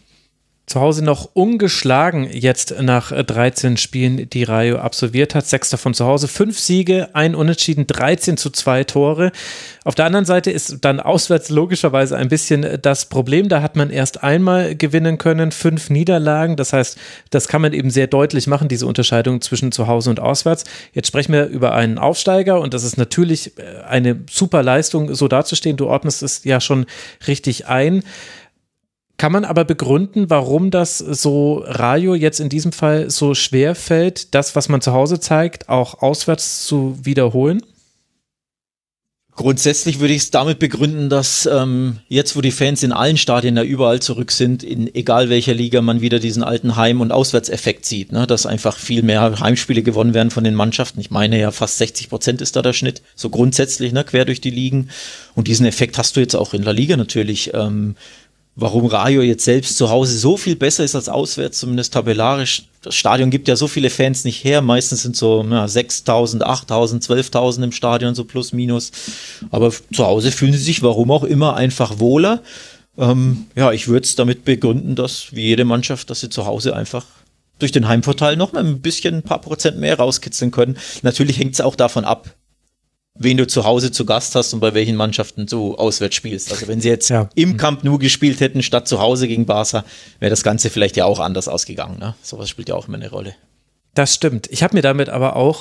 Zu Hause noch ungeschlagen jetzt nach 13 Spielen, die Rayo absolviert hat. 6 davon zu Hause, 5 Siege, 1 Unentschieden, 13:2 Tore. Auf der anderen Seite ist dann auswärts logischerweise ein bisschen das Problem. Da hat man erst einmal gewinnen können, 5 Niederlagen. Das heißt, das kann man eben sehr deutlich machen, diese Unterscheidung zwischen zu Hause und auswärts. Jetzt sprechen wir über einen Aufsteiger und das ist natürlich eine super Leistung, so dazustehen. Du ordnest es ja schon richtig ein. Kann man aber begründen, warum das so Rayo jetzt in diesem Fall so schwer fällt, das, was man zu Hause zeigt, auch auswärts zu wiederholen? Grundsätzlich würde ich es damit begründen, dass jetzt, wo die Fans in allen Stadien da überall zurück sind, in egal welcher Liga man wieder diesen alten Heim- und Auswärtseffekt sieht, ne? Dass einfach viel mehr Heimspiele gewonnen werden von den Mannschaften. Ich meine ja, fast 60% ist da der Schnitt, so grundsätzlich, ne? Quer durch die Ligen. Und diesen Effekt hast du jetzt auch in La Liga natürlich. Warum Rayo jetzt selbst zu Hause so viel besser ist als auswärts, zumindest tabellarisch. Das Stadion gibt ja so viele Fans nicht her. Meistens sind so 6.000, 8.000, 12.000 im Stadion, so plus minus. Aber zu Hause fühlen sie sich, warum auch immer, einfach wohler. Ich würde es damit begründen, dass wie jede Mannschaft, dass sie zu Hause einfach durch den Heimvorteil noch mal ein paar Prozent mehr rauskitzeln können. Natürlich hängt es auch davon ab, wen du zu Hause zu Gast hast und bei welchen Mannschaften du auswärts spielst. Also wenn sie jetzt im Camp Nou gespielt hätten, statt zu Hause gegen Barca, wäre das Ganze vielleicht ja auch anders ausgegangen. Ne? Sowas spielt ja auch immer eine Rolle. Das stimmt. Ich habe mir damit aber auch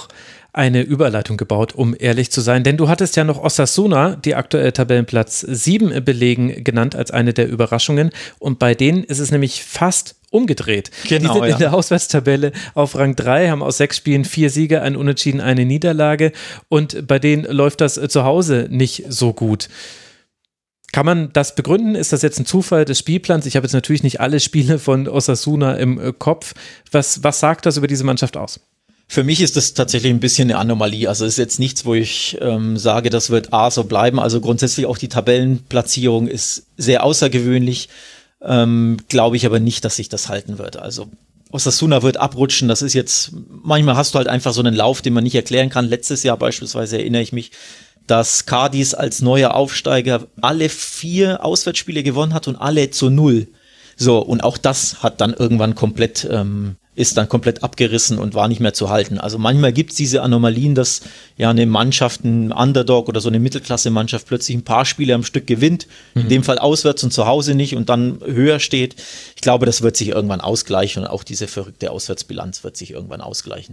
eine Überleitung gebaut, um ehrlich zu sein, denn du hattest ja noch Osasuna, die aktuell Tabellenplatz 7 belegen, genannt als eine der Überraschungen, und bei denen ist es nämlich fast umgedreht. Genau, die sind in der Auswärtstabelle auf Rang 3, haben aus 6 Spielen 4 Siege, ein Unentschieden, eine Niederlage, und bei denen läuft das zu Hause nicht so gut. Kann man das begründen? Ist das jetzt ein Zufall des Spielplans? Ich habe jetzt natürlich nicht alle Spiele von Osasuna im Kopf. Was sagt das über diese Mannschaft aus? Für mich ist das tatsächlich ein bisschen eine Anomalie. Also ist jetzt nichts, wo ich sage, das wird so bleiben. Also grundsätzlich auch die Tabellenplatzierung ist sehr außergewöhnlich. Glaube ich aber nicht, dass sich das halten wird. Also Osasuna wird abrutschen. Das ist jetzt, manchmal hast du halt einfach so einen Lauf, den man nicht erklären kann. Letztes Jahr beispielsweise erinnere ich mich, dass Cádiz als neuer Aufsteiger alle 4 Auswärtsspiele gewonnen hat und alle zu 0. So, und auch das hat dann irgendwann ist dann komplett abgerissen und war nicht mehr zu halten. Also manchmal gibt es diese Anomalien, dass ja eine Mannschaft, ein Underdog oder so eine Mittelklasse-Mannschaft plötzlich ein paar Spiele am Stück gewinnt, in dem Fall auswärts und zu Hause nicht und dann höher steht. Ich glaube, das wird sich irgendwann ausgleichen und auch diese verrückte Auswärtsbilanz wird sich irgendwann ausgleichen.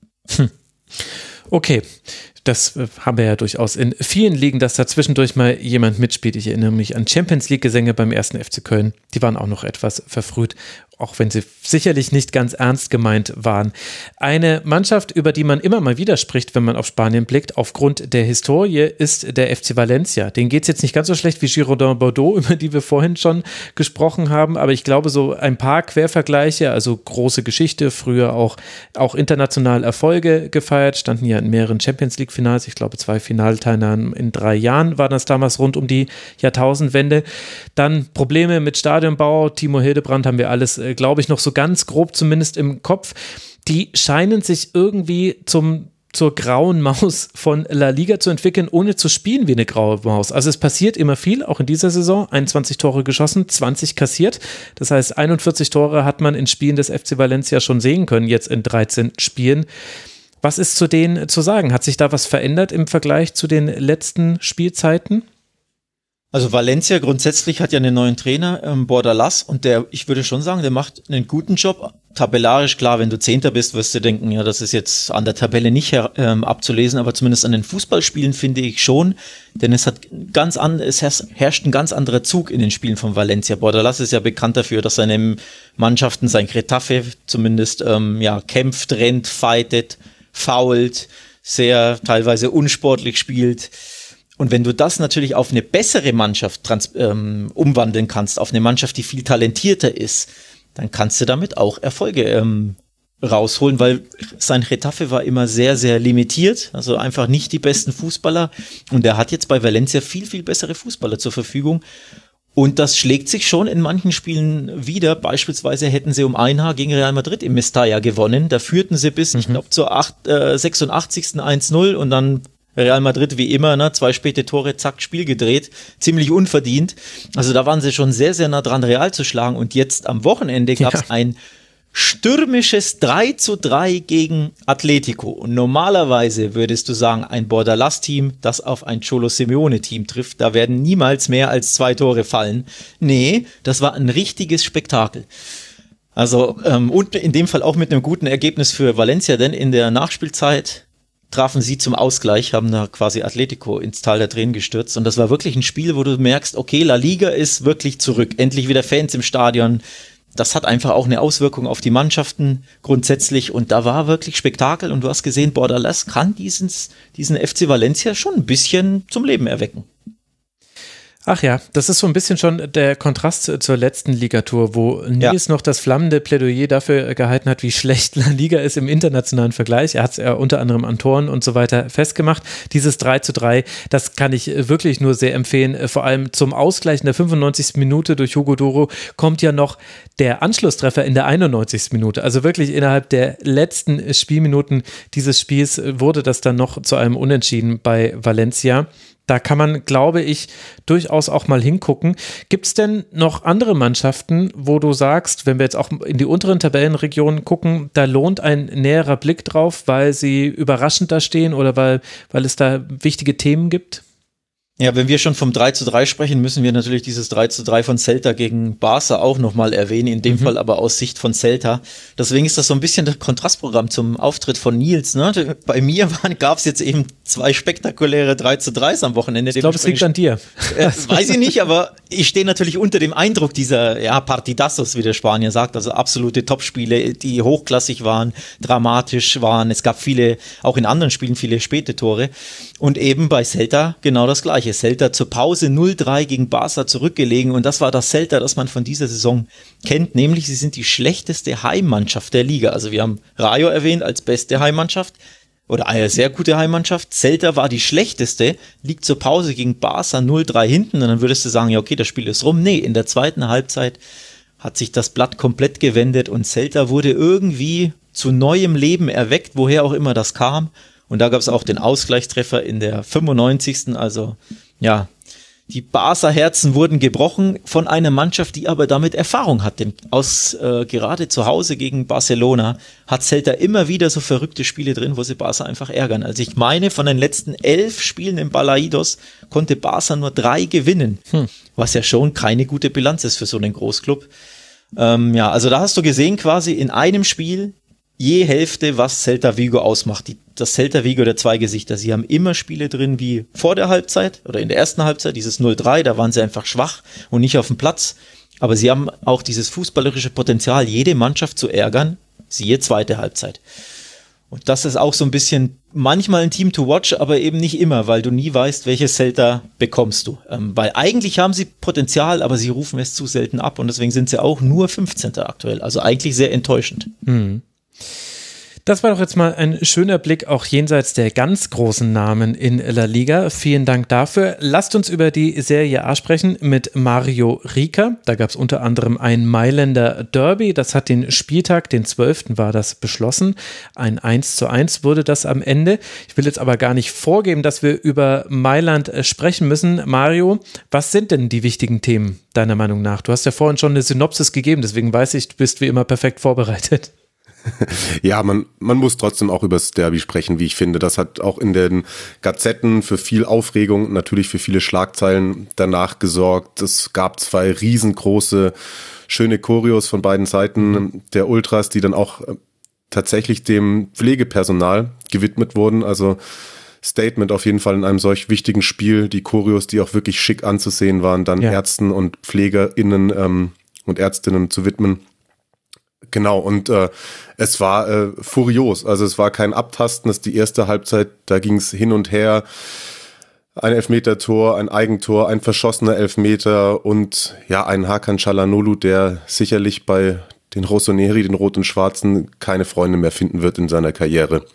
Okay, das haben wir ja durchaus in vielen Ligen, dass da zwischendurch mal jemand mitspielt. Ich erinnere mich an Champions-League-Gesänge beim 1. FC Köln. Die waren auch noch etwas verfrüht, auch wenn sie sicherlich nicht ganz ernst gemeint waren. Eine Mannschaft, über die man immer mal wieder spricht, wenn man auf Spanien blickt, aufgrund der Historie, ist der FC Valencia. Denen geht es jetzt nicht ganz so schlecht wie Girondins Bordeaux, über die wir vorhin schon gesprochen haben, aber ich glaube, so ein paar Quervergleiche, also große Geschichte, früher auch international Erfolge gefeiert, standen ja in mehreren Champions-League-Finals, ich glaube 2 Finalteilnahmen in 3 Jahren war das damals rund um die Jahrtausendwende. Dann Probleme mit Stadionbau, Timo Hildebrand haben wir alles, glaube ich, noch so ganz grob zumindest im Kopf. Die scheinen sich irgendwie zur grauen Maus von La Liga zu entwickeln, ohne zu spielen wie eine graue Maus. Also es passiert immer viel, auch in dieser Saison. 21 Tore geschossen, 20 kassiert. Das heißt, 41 Tore hat man in Spielen des FC Valencia schon sehen können, jetzt in 13 Spielen. Was ist zu denen zu sagen? Hat sich da was verändert im Vergleich zu den letzten Spielzeiten? Also Valencia grundsätzlich hat ja einen neuen Trainer, Bordalas, und ich würde schon sagen, der macht einen guten Job. Tabellarisch, klar, wenn du 10. bist, wirst du denken, ja, das ist jetzt an der Tabelle nicht abzulesen, aber zumindest an den Fußballspielen finde ich schon, denn es herrscht ein ganz anderer Zug in den Spielen von Valencia. Bordalas ist ja bekannt dafür, dass seine Mannschaften, sein Getafe zumindest, kämpft, rennt, fightet, foult, sehr teilweise unsportlich spielt. Und wenn du das natürlich auf eine bessere Mannschaft umwandeln kannst, auf eine Mannschaft, die viel talentierter ist, dann kannst du damit auch Erfolge rausholen, weil sein Getafe war immer sehr, sehr limitiert, also einfach nicht die besten Fußballer, und er hat jetzt bei Valencia viel, viel bessere Fußballer zur Verfügung. Und das schlägt sich schon in manchen Spielen wieder. Beispielsweise hätten sie um ein Haar gegen Real Madrid im Mestalla gewonnen. Da führten sie bis, ich glaube, zur 86. 1-0 und dann Real Madrid wie immer, 2 späte Tore, zack, Spiel gedreht. Ziemlich unverdient. Also da waren sie schon sehr, sehr nah dran, Real zu schlagen. Und jetzt am Wochenende gab es ein stürmisches 3-3 gegen Atletico. Und normalerweise würdest du sagen, ein Bordalas-Team, das auf ein Cholo Simeone-Team trifft, da werden niemals mehr als 2 Tore fallen. Nee, das war ein richtiges Spektakel. Also, und in dem Fall auch mit einem guten Ergebnis für Valencia, denn in der Nachspielzeit trafen sie zum Ausgleich, haben da quasi Atletico ins Tal der Tränen gestürzt. Und das war wirklich ein Spiel, wo du merkst, okay, La Liga ist wirklich zurück. Endlich wieder Fans im Stadion. Das hat einfach auch eine Auswirkung auf die Mannschaften grundsätzlich. Und da war wirklich Spektakel. Und du hast gesehen, Bordalas kann diesen FC Valencia schon ein bisschen zum Leben erwecken. Ach ja, das ist so ein bisschen schon der Kontrast zur letzten Ligatour, wo Nils noch das flammende Plädoyer dafür gehalten hat, wie schlecht La Liga ist im internationalen Vergleich. Er hat es ja unter anderem an Toren und so weiter festgemacht. Dieses 3-3, das kann ich wirklich nur sehr empfehlen. Vor allem zum Ausgleich in der 95. Minute durch Hugo Duro kommt ja noch der Anschlusstreffer in der 91. Minute. Also wirklich innerhalb der letzten Spielminuten dieses Spiels wurde das dann noch zu einem Unentschieden bei Valencia. Da kann man, glaube ich, durchaus auch mal hingucken. Gibt es denn noch andere Mannschaften, wo du sagst, wenn wir jetzt auch in die unteren Tabellenregionen gucken, da lohnt ein näherer Blick drauf, weil sie überraschend da stehen oder weil es da wichtige Themen gibt? Ja, wenn wir schon vom 3:3 sprechen, müssen wir natürlich dieses 3:3 von Celta gegen Barca auch nochmal erwähnen, in dem Fall aber aus Sicht von Celta. Deswegen ist das so ein bisschen das Kontrastprogramm zum Auftritt von Nils. Ne? Bei mir gab es jetzt eben 2 spektakuläre 3:3s am Wochenende. Ich glaube, es liegt an dir. Weiß ich nicht, aber ich stehe natürlich unter dem Eindruck dieser Partidazos, wie der Spanier sagt, also absolute Topspiele, die hochklassig waren, dramatisch waren. Es gab viele, auch in anderen Spielen, viele späte Tore. Und eben bei Celta genau das Gleiche. Celta zur Pause 0:3 gegen Barca zurückgelegen und das war das Celta, das man von dieser Saison kennt, nämlich sie sind die schlechteste Heimmannschaft der Liga. Also wir haben Rayo erwähnt als beste Heimmannschaft oder eine sehr gute Heimmannschaft. Celta war die schlechteste, liegt zur Pause gegen Barca 0:3 hinten und dann würdest du sagen, ja okay, das Spiel ist rum. Nee, in der zweiten Halbzeit hat sich das Blatt komplett gewendet und Celta wurde irgendwie zu neuem Leben erweckt, woher auch immer das kam. Und da gab es auch den Ausgleichstreffer in der 95. Also ja, die Barca-Herzen wurden gebrochen von einer Mannschaft, die aber damit Erfahrung hat. Denn gerade zu Hause gegen Barcelona hat Celta immer wieder so verrückte Spiele drin, wo sie Barca einfach ärgern. Also ich meine, von den letzten 11 Spielen im Balaidos konnte Barca nur 3 gewinnen, was ja schon keine gute Bilanz ist für so einen Großclub. Also da hast du gesehen quasi in einem Spiel je Hälfte, was Celta Vigo ausmacht. Das Celta Vigo der 2 Gesichter. Sie haben immer Spiele drin wie vor der Halbzeit oder in der ersten Halbzeit, dieses 0:3, da waren sie einfach schwach und nicht auf dem Platz. Aber sie haben auch dieses fußballerische Potenzial, jede Mannschaft zu ärgern, siehe zweite Halbzeit. Und das ist auch so ein bisschen manchmal ein Team to watch, aber eben nicht immer, weil du nie weißt, welches Celta bekommst du. Weil eigentlich haben sie Potenzial, aber sie rufen es zu selten ab und deswegen sind sie auch nur 15. aktuell. Also eigentlich sehr enttäuschend. Das war doch jetzt mal ein schöner Blick auch jenseits der ganz großen Namen in La Liga. Vielen Dank dafür. Lasst uns über die Serie A sprechen mit Mario Rieker. Da gab es unter anderem ein Mailänder Derby. Das hat den Spieltag, den 12. war das beschlossen. Ein 1:1 wurde das am Ende. Ich will jetzt aber gar nicht vorgeben, dass wir über Mailand sprechen müssen. Mario, was sind denn die wichtigen Themen deiner Meinung nach? Du hast ja vorhin schon eine Synopsis gegeben, deswegen weiß ich, du bist wie immer perfekt vorbereitet. Ja, man muss trotzdem auch über das Derby sprechen, wie ich finde. Das hat auch in den Gazetten für viel Aufregung, natürlich für viele Schlagzeilen danach gesorgt. Es gab 2 riesengroße, schöne Choreos von beiden Seiten der Ultras, die dann auch tatsächlich dem Pflegepersonal gewidmet wurden. Also Statement auf jeden Fall in einem solch wichtigen Spiel. Die Choreos, die auch wirklich schick anzusehen waren, dann Ärzten und PflegerInnen und Ärztinnen zu widmen. Genau, und es war furios, also es war kein Abtasten, das ist die erste Halbzeit, da ging es hin und her, ein Elfmeter-Tor, ein Eigentor, ein verschossener Elfmeter und ja, ein Hakan Çalhanoğlu, der sicherlich bei den Rossoneri, den Rot und Schwarzen, keine Freunde mehr finden wird in seiner Karriere.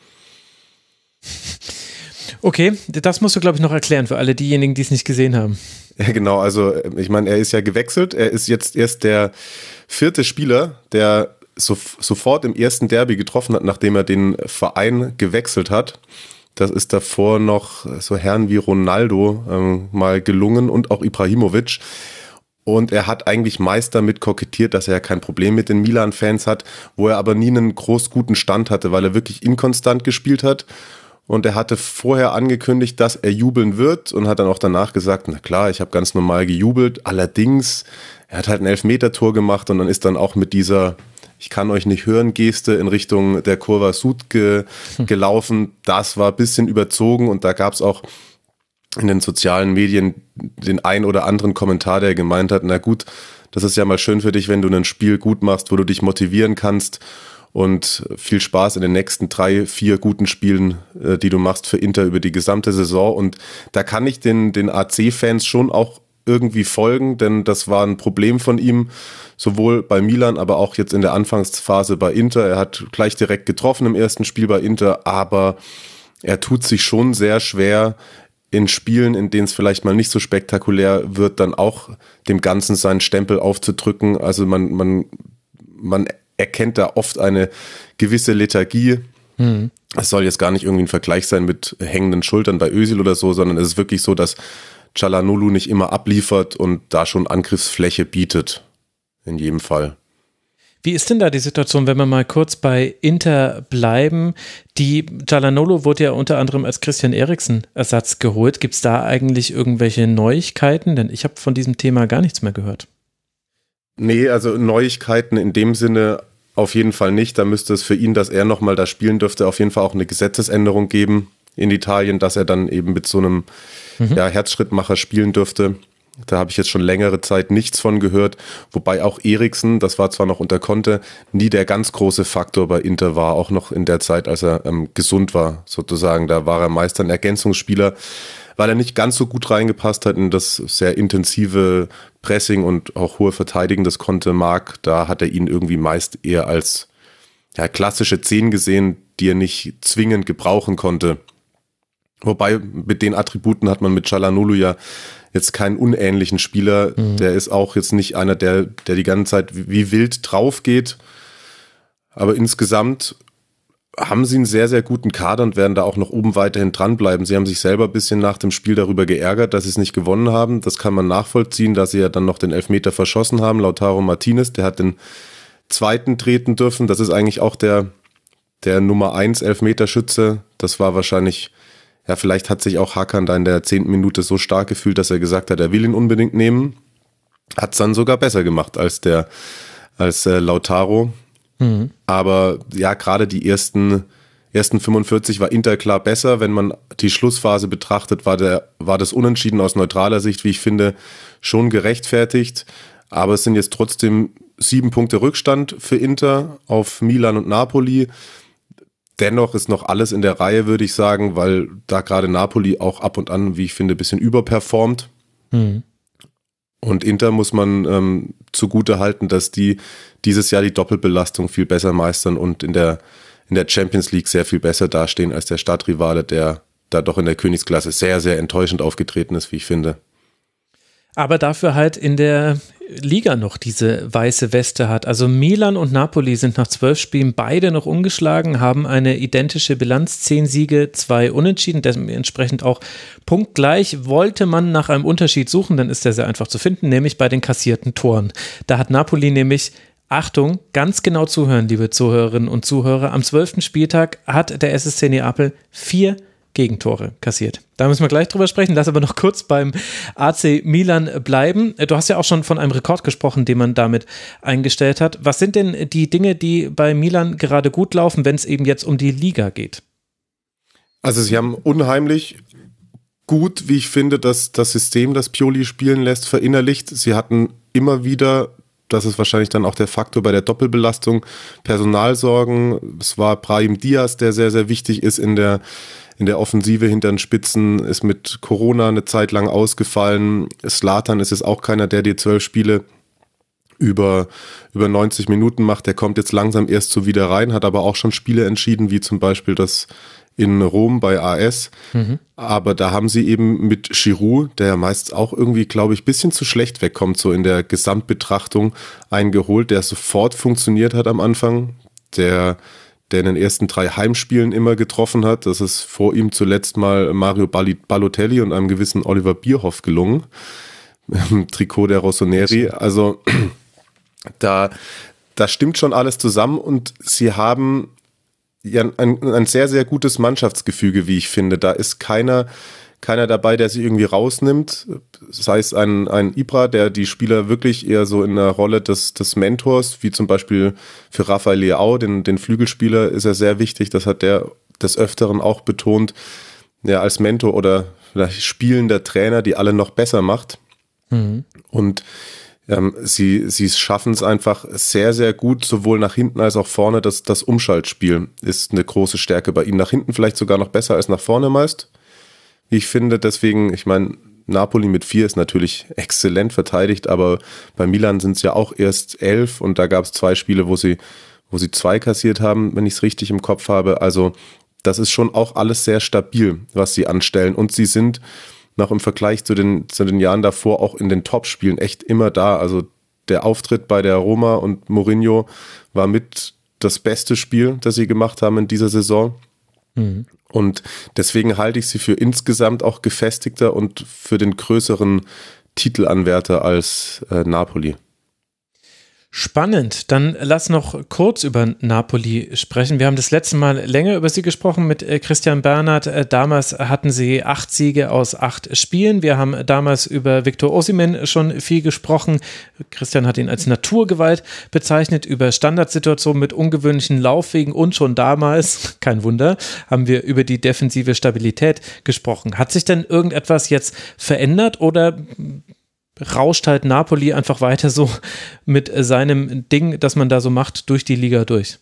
Okay, das musst du, glaube ich, noch erklären für alle diejenigen, die es nicht gesehen haben. Ja, genau, also ich meine, er ist ja gewechselt, er ist jetzt erst der 4. Spieler, der sofort im ersten Derby getroffen hat, nachdem er den Verein gewechselt hat. Das ist davor noch so Herren wie Ronaldo mal gelungen und auch Ibrahimovic. Und er hat eigentlich meist damit kokettiert, dass er ja kein Problem mit den Milan-Fans hat, wo er aber nie einen groß guten Stand hatte, weil er wirklich inkonstant gespielt hat. Und er hatte vorher angekündigt, dass er jubeln wird und hat dann auch danach gesagt, na klar, ich habe ganz normal gejubelt. Allerdings, er hat halt ein Elfmeter-Tor gemacht und dann ist dann auch mit dieser "Ich kann euch nicht hören" Geste in Richtung der Curva Sud gelaufen. Das war ein bisschen überzogen und da gab es auch in den sozialen Medien den ein oder anderen Kommentar, der gemeint hat, na gut, das ist ja mal schön für dich, wenn du ein Spiel gut machst, wo du dich motivieren kannst. Und viel Spaß in den nächsten 3, 4 guten Spielen, die du machst für Inter über die gesamte Saison. Und da kann ich den AC-Fans schon auch irgendwie folgen, denn das war ein Problem von ihm, sowohl bei Milan, aber auch jetzt in der Anfangsphase bei Inter. Er hat gleich direkt getroffen im ersten Spiel bei Inter, aber er tut sich schon sehr schwer, in Spielen, in denen es vielleicht mal nicht so spektakulär wird, dann auch dem Ganzen seinen Stempel aufzudrücken. Also man erkennt da oft eine gewisse Lethargie. Es soll jetzt gar nicht irgendwie ein Vergleich sein mit hängenden Schultern bei Özil oder so, sondern es ist wirklich so, dass Çalhanoğlu nicht immer abliefert und da schon Angriffsfläche bietet. In jedem Fall. Wie ist denn da die Situation, wenn wir mal kurz bei Inter bleiben? Die Calhanoglu wurde ja unter anderem als Christian Eriksen-Ersatz geholt. Gibt es da eigentlich irgendwelche Neuigkeiten? Denn ich habe von diesem Thema gar nichts mehr gehört. Nee, also Neuigkeiten in dem Sinne auf jeden Fall nicht. Da müsste es für ihn, dass er nochmal da spielen dürfte, auf jeden Fall auch eine Gesetzesänderung geben in Italien, dass er dann eben mit so einem Herzschrittmacher spielen dürfte. Da habe ich jetzt schon längere Zeit nichts von gehört, wobei auch Eriksen, das war zwar noch unter Conte, nie der ganz große Faktor bei Inter war, auch noch in der Zeit, als er gesund war, sozusagen. Da war er meist ein Ergänzungsspieler, weil er nicht ganz so gut reingepasst hat in das sehr intensive Pressing und auch hohe Verteidigen des Conte mag. Da hat er ihn irgendwie meist eher als klassische 10 gesehen, die er nicht zwingend gebrauchen konnte. Wobei mit den Attributen hat man mit Calhanoglu ja jetzt keinen unähnlichen Spieler. Der ist auch jetzt nicht einer, der die ganze Zeit wie wild drauf geht. Aber insgesamt haben sie einen sehr, sehr guten Kader und werden da auch noch oben weiterhin dranbleiben. Sie haben sich selber ein bisschen nach dem Spiel darüber geärgert, dass sie es nicht gewonnen haben. Das kann man nachvollziehen, da sie ja dann noch den Elfmeter verschossen haben. Lautaro Martinez, der hat den zweiten treten dürfen. Das ist eigentlich auch der Nummer 1 Elfmeterschütze. Das war wahrscheinlich... Ja, vielleicht hat sich auch Hakan da in der 10. Minute so stark gefühlt, dass er gesagt hat, er will ihn unbedingt nehmen. Hat es dann sogar besser gemacht als Lautaro. Aber ja, gerade die ersten 45 war Inter klar besser. Wenn man die Schlussphase betrachtet, war das Unentschieden aus neutraler Sicht, wie ich finde, schon gerechtfertigt. Aber es sind jetzt trotzdem 7 Punkte Rückstand für Inter auf Milan und Napoli. Dennoch ist noch alles in der Reihe, würde ich sagen, weil da gerade Napoli auch ab und an, wie ich finde, ein bisschen überperformt. Und Inter muss man zugute halten, dass die dieses Jahr die Doppelbelastung viel besser meistern und in der Champions League sehr viel besser dastehen als der Stadtrivale, der da doch in der Königsklasse sehr, sehr enttäuschend aufgetreten ist, wie ich finde. Aber dafür halt in der Liga noch diese weiße Weste hat. Also Milan und Napoli sind nach 12 Spielen beide noch ungeschlagen, haben eine identische Bilanz, 10 Siege, 2 Unentschieden, dementsprechend auch punktgleich. Wollte man nach einem Unterschied suchen, dann ist der sehr einfach zu finden, nämlich bei den kassierten Toren. Da hat Napoli nämlich, Achtung, ganz genau zuhören, liebe Zuhörerinnen und Zuhörer, am 12. Spieltag hat der SSC Neapel 4 Gegentore kassiert. Da müssen wir gleich drüber sprechen. Lass aber noch kurz beim AC Milan bleiben. Du hast ja auch schon von einem Rekord gesprochen, den man damit eingestellt hat. Was sind denn die Dinge, die bei Milan gerade gut laufen, wenn es eben jetzt um die Liga geht? Also sie haben unheimlich gut, wie ich finde, das System, das Pioli spielen lässt, verinnerlicht. Sie hatten immer wieder, das ist wahrscheinlich dann auch der Faktor bei der Doppelbelastung, Personalsorgen. Es war Brahim Diaz, der sehr, sehr wichtig ist in der Offensive hinter den Spitzen, ist mit Corona eine Zeit lang ausgefallen. Zlatan ist jetzt auch keiner, der die 12 Spiele über 90 Minuten macht. Der kommt jetzt langsam erst so wieder rein, hat aber auch schon Spiele entschieden, wie zum Beispiel das in Rom bei AS. Aber da haben sie eben mit Giroud, der meist auch irgendwie, glaube ich, ein bisschen zu schlecht wegkommt, so in der Gesamtbetrachtung, einen geholt, der sofort funktioniert hat am Anfang, der in den ersten 3 Heimspielen immer getroffen hat. Das ist vor ihm zuletzt mal Mario Balotelli und einem gewissen Oliver Bierhoff gelungen, im Trikot der Rossoneri. Also da stimmt schon alles zusammen und sie haben ja ein sehr, sehr gutes Mannschaftsgefüge, wie ich finde. Da ist keiner dabei, der sich irgendwie rausnimmt. Sei es ein Ibra, der die Spieler wirklich eher so in der Rolle des Mentors, wie zum Beispiel für Rafael Leao, den Flügelspieler, ist er sehr wichtig. Das hat der des Öfteren auch betont, ja, als Mentor oder vielleicht spielender Trainer, die alle noch besser macht. Und sie schaffen es einfach sehr, sehr gut, sowohl nach hinten als auch vorne. Das Umschaltspiel ist eine große Stärke bei ihnen. Nach hinten vielleicht sogar noch besser als nach vorne meist. Ich finde deswegen, ich meine, Napoli mit 4 ist natürlich exzellent verteidigt, aber bei Milan sind es ja auch erst 11 und da gab es 2 Spiele, wo sie 2 kassiert haben, wenn ich es richtig im Kopf habe. Also das ist schon auch alles sehr stabil, was sie anstellen und sie sind noch im Vergleich zu den Jahren davor auch in den Top-Spielen echt immer da. Also der Auftritt bei der Roma und Mourinho war mit das beste Spiel, das sie gemacht haben in dieser Saison. Und deswegen halte ich sie für insgesamt auch gefestigter und für den größeren Titelanwärter als Napoli. Spannend. Dann lass noch kurz über Napoli sprechen. Wir haben das letzte Mal länger über sie gesprochen mit Christian Bernhard. Damals hatten sie 8 Siege aus 8 Spielen. Wir haben damals über Victor Osimhen schon viel gesprochen. Christian hat ihn als Naturgewalt bezeichnet, über Standardsituationen mit ungewöhnlichen Laufwegen und schon damals, kein Wunder, haben wir über die defensive Stabilität gesprochen. Hat sich denn irgendetwas jetzt verändert oder rauscht halt Napoli einfach weiter so mit seinem Ding, das man da so macht, durch die Liga durch?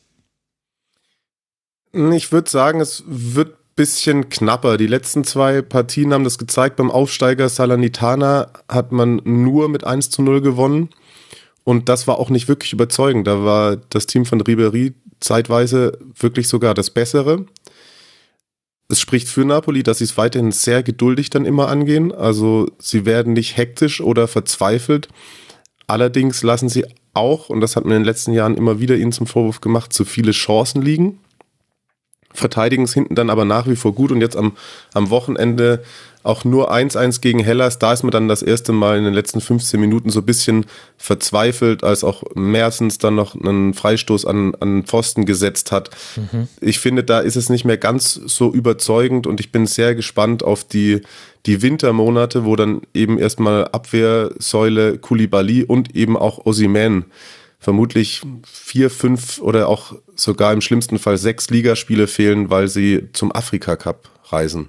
Ich würde sagen, es wird ein bisschen knapper. Die letzten 2 Partien haben das gezeigt. Beim Aufsteiger Salernitana hat man nur mit 1:0 gewonnen. Und das war auch nicht wirklich überzeugend. Da war das Team von Ribéry zeitweise wirklich sogar das Bessere. Es spricht für Napoli, dass sie es weiterhin sehr geduldig dann immer angehen. Also sie werden nicht hektisch oder verzweifelt. Allerdings lassen sie auch, und das hat man in den letzten Jahren immer wieder ihnen zum Vorwurf gemacht, zu viele Chancen liegen. Verteidigen es hinten dann aber nach wie vor gut. Und jetzt am Wochenende auch nur 1:1 gegen Hellas. Da ist man dann das erste Mal in den letzten 15 Minuten so ein bisschen verzweifelt, als auch Mertens dann noch einen Freistoß an Pfosten gesetzt hat. Ich finde, da ist es nicht mehr ganz so überzeugend und ich bin sehr gespannt auf die Wintermonate, wo dann eben erstmal Abwehrsäule Koulibaly und eben auch Osimhen vermutlich 4, 5 oder auch sogar im schlimmsten Fall 6 Ligaspiele fehlen, weil sie zum Afrika-Cup reisen.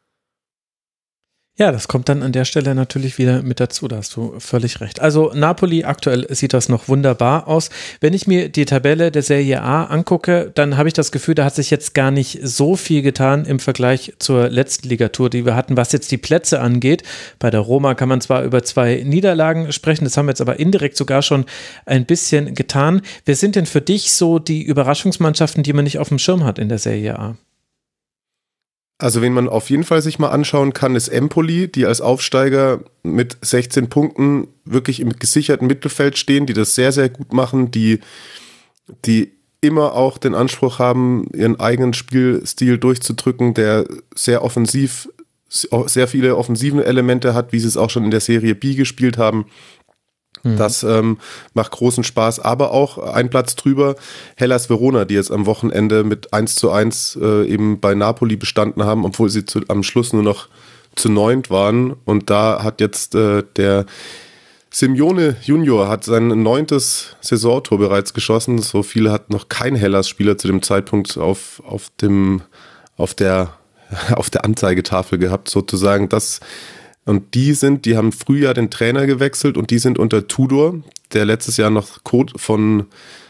Ja, das kommt dann an der Stelle natürlich wieder mit dazu, da hast du völlig recht. Also Napoli, aktuell sieht das noch wunderbar aus. Wenn ich mir die Tabelle der Serie A angucke, dann habe ich das Gefühl, da hat sich jetzt gar nicht so viel getan im Vergleich zur letzten Ligatur, die wir hatten, was jetzt die Plätze angeht. Bei der Roma kann man zwar über 2 Niederlagen sprechen, das haben wir jetzt aber indirekt sogar schon ein bisschen getan. Wer sind denn für dich so die Überraschungsmannschaften, die man nicht auf dem Schirm hat in der Serie A? Also wen man auf jeden Fall sich mal anschauen kann, ist Empoli, die als Aufsteiger mit 16 Punkten wirklich im gesicherten Mittelfeld stehen, die das sehr, sehr gut machen, die immer auch den Anspruch haben, ihren eigenen Spielstil durchzudrücken, der sehr offensiv, sehr viele offensiven Elemente hat, wie sie es auch schon in der Serie B gespielt haben. Das macht großen Spaß, aber auch ein Platz drüber Hellas Verona, die jetzt am Wochenende mit 1:1 eben bei Napoli bestanden haben, obwohl sie am Schluss nur noch zu 9 waren. Und da hat jetzt der Simeone Junior hat sein 9. Saisontor bereits geschossen. So viele hat noch kein Hellas-Spieler zu dem Zeitpunkt auf der Anzeigetafel gehabt, sozusagen. Und die haben Frühjahr den Trainer gewechselt und die sind unter Tudor, der letztes Jahr noch Code von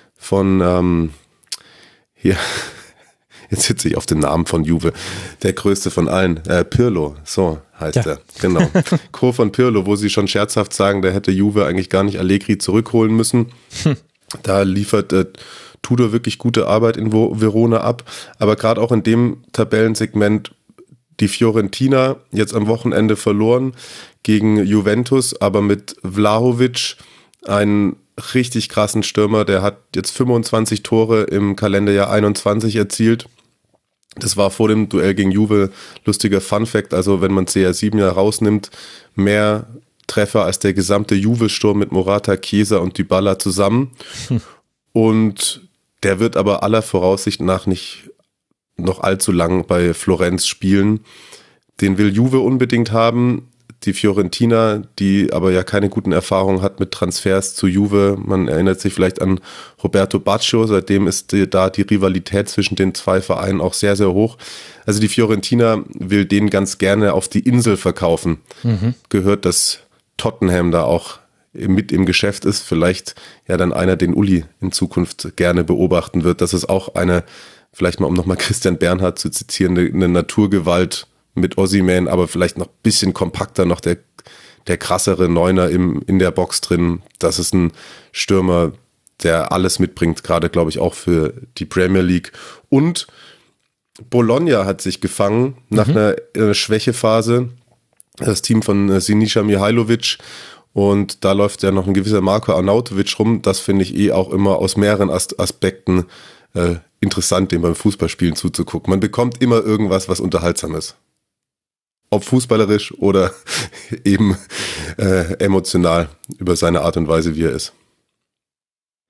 hier, jetzt sitze ich auf den Namen von Juve, der größte von allen, Pirlo, so heißt er, genau. Co von Pirlo, wo sie schon scherzhaft sagen, da hätte Juve eigentlich gar nicht Allegri zurückholen müssen. Da liefert Tudor wirklich gute Arbeit in Verona ab, aber gerade auch in dem Tabellensegment die Fiorentina jetzt am Wochenende verloren gegen Juventus, aber mit Vlahovic, einen richtig krassen Stürmer, der hat jetzt 25 Tore im Kalenderjahr 21 erzielt. Das war vor dem Duell gegen Juve lustiger Funfact, also wenn man CR7 ja rausnimmt, mehr Treffer als der gesamte Juve-Sturm mit Morata, Chiesa und Dybala zusammen. Und der wird aber aller Voraussicht nach nicht noch allzu lang bei Florenz spielen. Den will Juve unbedingt haben. Die Fiorentina, die aber ja keine guten Erfahrungen hat mit Transfers zu Juve. Man erinnert sich vielleicht an Roberto Baggio. Seitdem ist da die Rivalität zwischen den 2 Vereinen auch sehr, sehr hoch. Also die Fiorentina will den ganz gerne auf die Insel verkaufen. Gehört, dass Tottenham da auch mit im Geschäft ist. Vielleicht ja dann einer, den Uli in Zukunft gerne beobachten wird. Das ist auch eine, vielleicht mal, um nochmal Christian Bernhard zu zitieren, eine Naturgewalt mit Osimhen, aber vielleicht noch ein bisschen kompakter, noch der krassere Neuner in der Box drin. Das ist ein Stürmer, der alles mitbringt, gerade, glaube ich, auch für die Premier League. Und Bologna hat sich gefangen nach einer Schwächephase. Das Team von Sinisa Mihajlovic. Und da läuft ja noch ein gewisser Marko Arnautovic rum. Das finde ich auch immer aus mehreren Aspekten interessant, dem beim Fußballspielen zuzugucken. Man bekommt immer irgendwas, was unterhaltsam ist. Ob fußballerisch oder eben emotional über seine Art und Weise, wie er ist.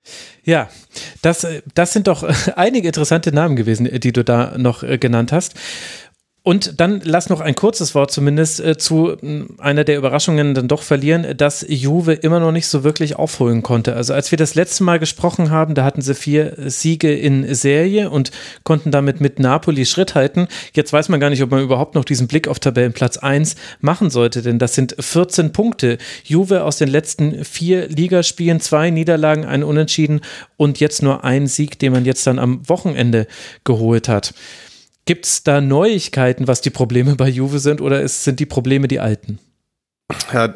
Ja, das sind doch einige interessante Namen gewesen, die du da noch genannt hast. Und dann lass noch ein kurzes Wort zumindest zu einer der Überraschungen dann doch verlieren, dass Juve immer noch nicht so wirklich aufholen konnte. Also als wir das letzte Mal gesprochen haben, da hatten sie 4 Siege in Serie und konnten damit mit Napoli Schritt halten. Jetzt weiß man gar nicht, ob man überhaupt noch diesen Blick auf Tabellenplatz 1 machen sollte, denn das sind 14 Punkte. Juve aus den letzten 4 Ligaspielen, 2 Niederlagen, 1 Unentschieden und jetzt nur ein Sieg, den man jetzt dann am Wochenende geholt hat. Gibt es da Neuigkeiten, was die Probleme bei Juve sind, oder sind die Probleme die alten? Ja,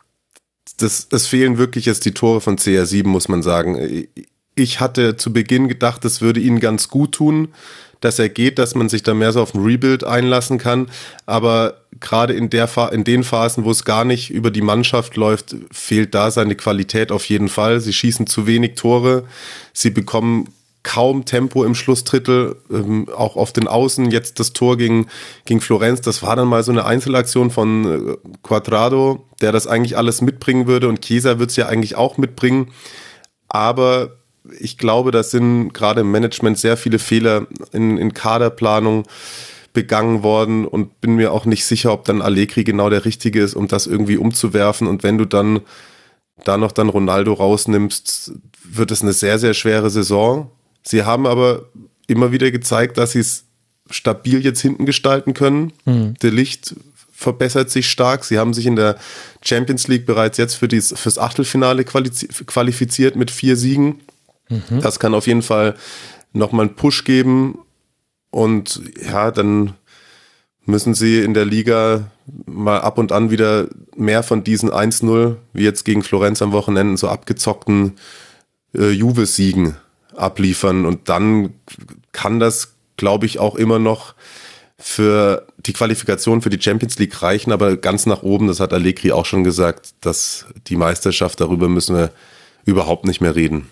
es fehlen wirklich jetzt die Tore von CR7, muss man sagen. Ich hatte zu Beginn gedacht, es würde ihnen ganz gut tun, dass er geht, dass man sich da mehr so auf ein Rebuild einlassen kann. Aber gerade in den Phasen, wo es gar nicht über die Mannschaft läuft, fehlt da seine Qualität auf jeden Fall. Sie schießen zu wenig Tore, sie bekommen kaum Tempo im Schlussdrittel, auch auf den Außen. Jetzt das Tor gegen Florenz, das war dann mal so eine Einzelaktion von Cuadrado, der das eigentlich alles mitbringen würde, und Chiesa wird es ja eigentlich auch mitbringen. Aber ich glaube, da sind gerade im Management sehr viele Fehler in Kaderplanung begangen worden, und bin mir auch nicht sicher, ob dann Allegri genau der Richtige ist, um das irgendwie umzuwerfen. Und wenn du dann da noch Ronaldo rausnimmst, wird es eine sehr, sehr schwere Saison. Sie haben aber immer wieder gezeigt, dass sie es stabil jetzt hinten gestalten können. De Ligt verbessert sich stark. Sie haben sich in der Champions League bereits jetzt fürs Achtelfinale qualifiziert mit 4 Siegen. Das kann auf jeden Fall nochmal einen Push geben. Und ja, dann müssen sie in der Liga mal ab und an wieder mehr von diesen 1-0, wie jetzt gegen Florenz am Wochenende, so abgezockten Juve-Siegen abliefern, und dann kann das, glaube ich, auch immer noch für die Qualifikation für die Champions League reichen, aber ganz nach oben, das hat Allegri auch schon gesagt, dass die Meisterschaft, darüber müssen wir überhaupt nicht mehr reden.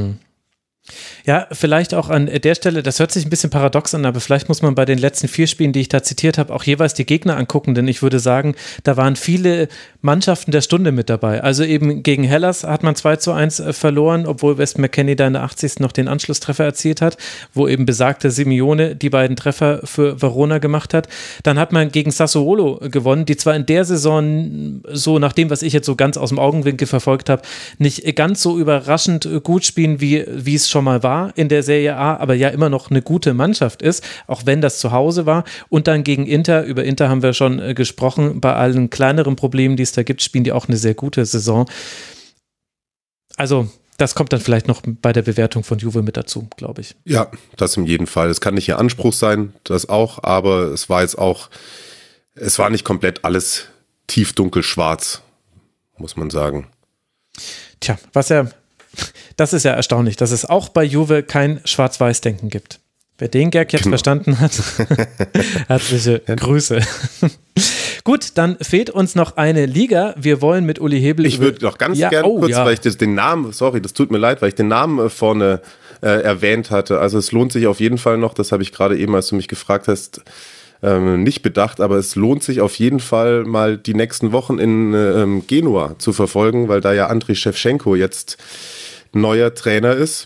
Ja, vielleicht auch an der Stelle, das hört sich ein bisschen paradox an, aber vielleicht muss man bei den letzten 4 Spielen, die ich da zitiert habe, auch jeweils die Gegner angucken, denn ich würde sagen, da waren viele Mannschaften der Stunde mit dabei. Also eben gegen Hellas hat man 2-1 verloren, obwohl Wes McKennie da in der 80. noch den Anschlusstreffer erzielt hat, wo eben besagter Simeone die beiden Treffer für Verona gemacht hat. Dann hat man gegen Sassuolo gewonnen, die zwar in der Saison so, nach dem, was ich jetzt so ganz aus dem Augenwinkel verfolgt habe, nicht ganz so überraschend gut spielen, wie es schon mal war in der Serie A, aber ja immer noch eine gute Mannschaft ist, auch wenn das zu Hause war. Und dann gegen Inter, über Inter haben wir schon gesprochen, bei allen kleineren Problemen, die es da gibt, spielen die auch eine sehr gute Saison. Also das kommt dann vielleicht noch bei der Bewertung von Juve mit dazu, glaube ich. Ja, das in jedem Fall. Es kann nicht ihr Anspruch sein, das auch, aber es war jetzt auch, es war nicht komplett alles tiefdunkelschwarz, muss man sagen. Tja, das ist ja erstaunlich, dass es auch bei Juve kein Schwarz-Weiß-Denken gibt. Wer den Gag jetzt verstanden hat, herzliche Grüße. Gut, dann fehlt uns noch eine Liga. Wir wollen mit Uli Hebel... Ich würde noch ganz gerne kurz, weil ich den Namen, das tut mir leid, weil ich den Namen vorne erwähnt hatte. Also es lohnt sich auf jeden Fall noch, das habe ich gerade eben, als du mich gefragt hast, nicht bedacht, aber es lohnt sich auf jeden Fall mal die nächsten Wochen in Genua zu verfolgen, weil da ja Andriy Shevchenko jetzt neuer Trainer ist.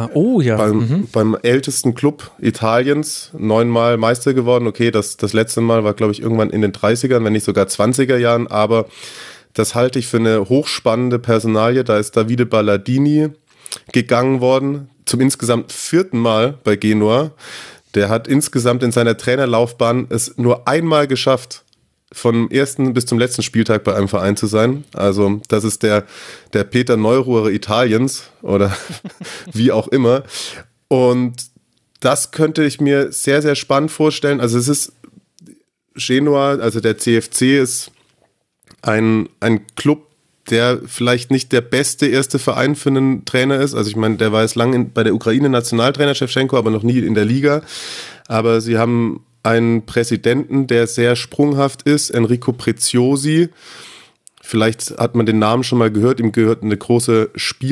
Beim ältesten Club Italiens, 9-mal Meister geworden. Okay, das letzte Mal war, glaube ich, irgendwann in den 30ern, wenn nicht sogar 20er Jahren, aber das halte ich für eine hochspannende Personalie. Da ist Davide Ballardini gegangen worden, zum insgesamt 4. Mal bei Genua. Der hat insgesamt in seiner Trainerlaufbahn es nur einmal geschafft, vom ersten bis zum letzten Spieltag bei einem Verein zu sein. Also das ist der Peter Neururer Italiens oder wie auch immer. Und das könnte ich mir sehr, sehr spannend vorstellen. Also es ist Genua, also der CFC ist ein Club, der vielleicht nicht der beste erste Verein für einen Trainer ist. Also ich meine, der war jetzt lange bei der Ukraine Nationaltrainer Shevchenko, aber noch nie in der Liga. Aber sie haben einen Präsidenten, der sehr sprunghaft ist, Enrico Preziosi. Vielleicht hat man den Namen schon mal gehört. Ihm gehört eine große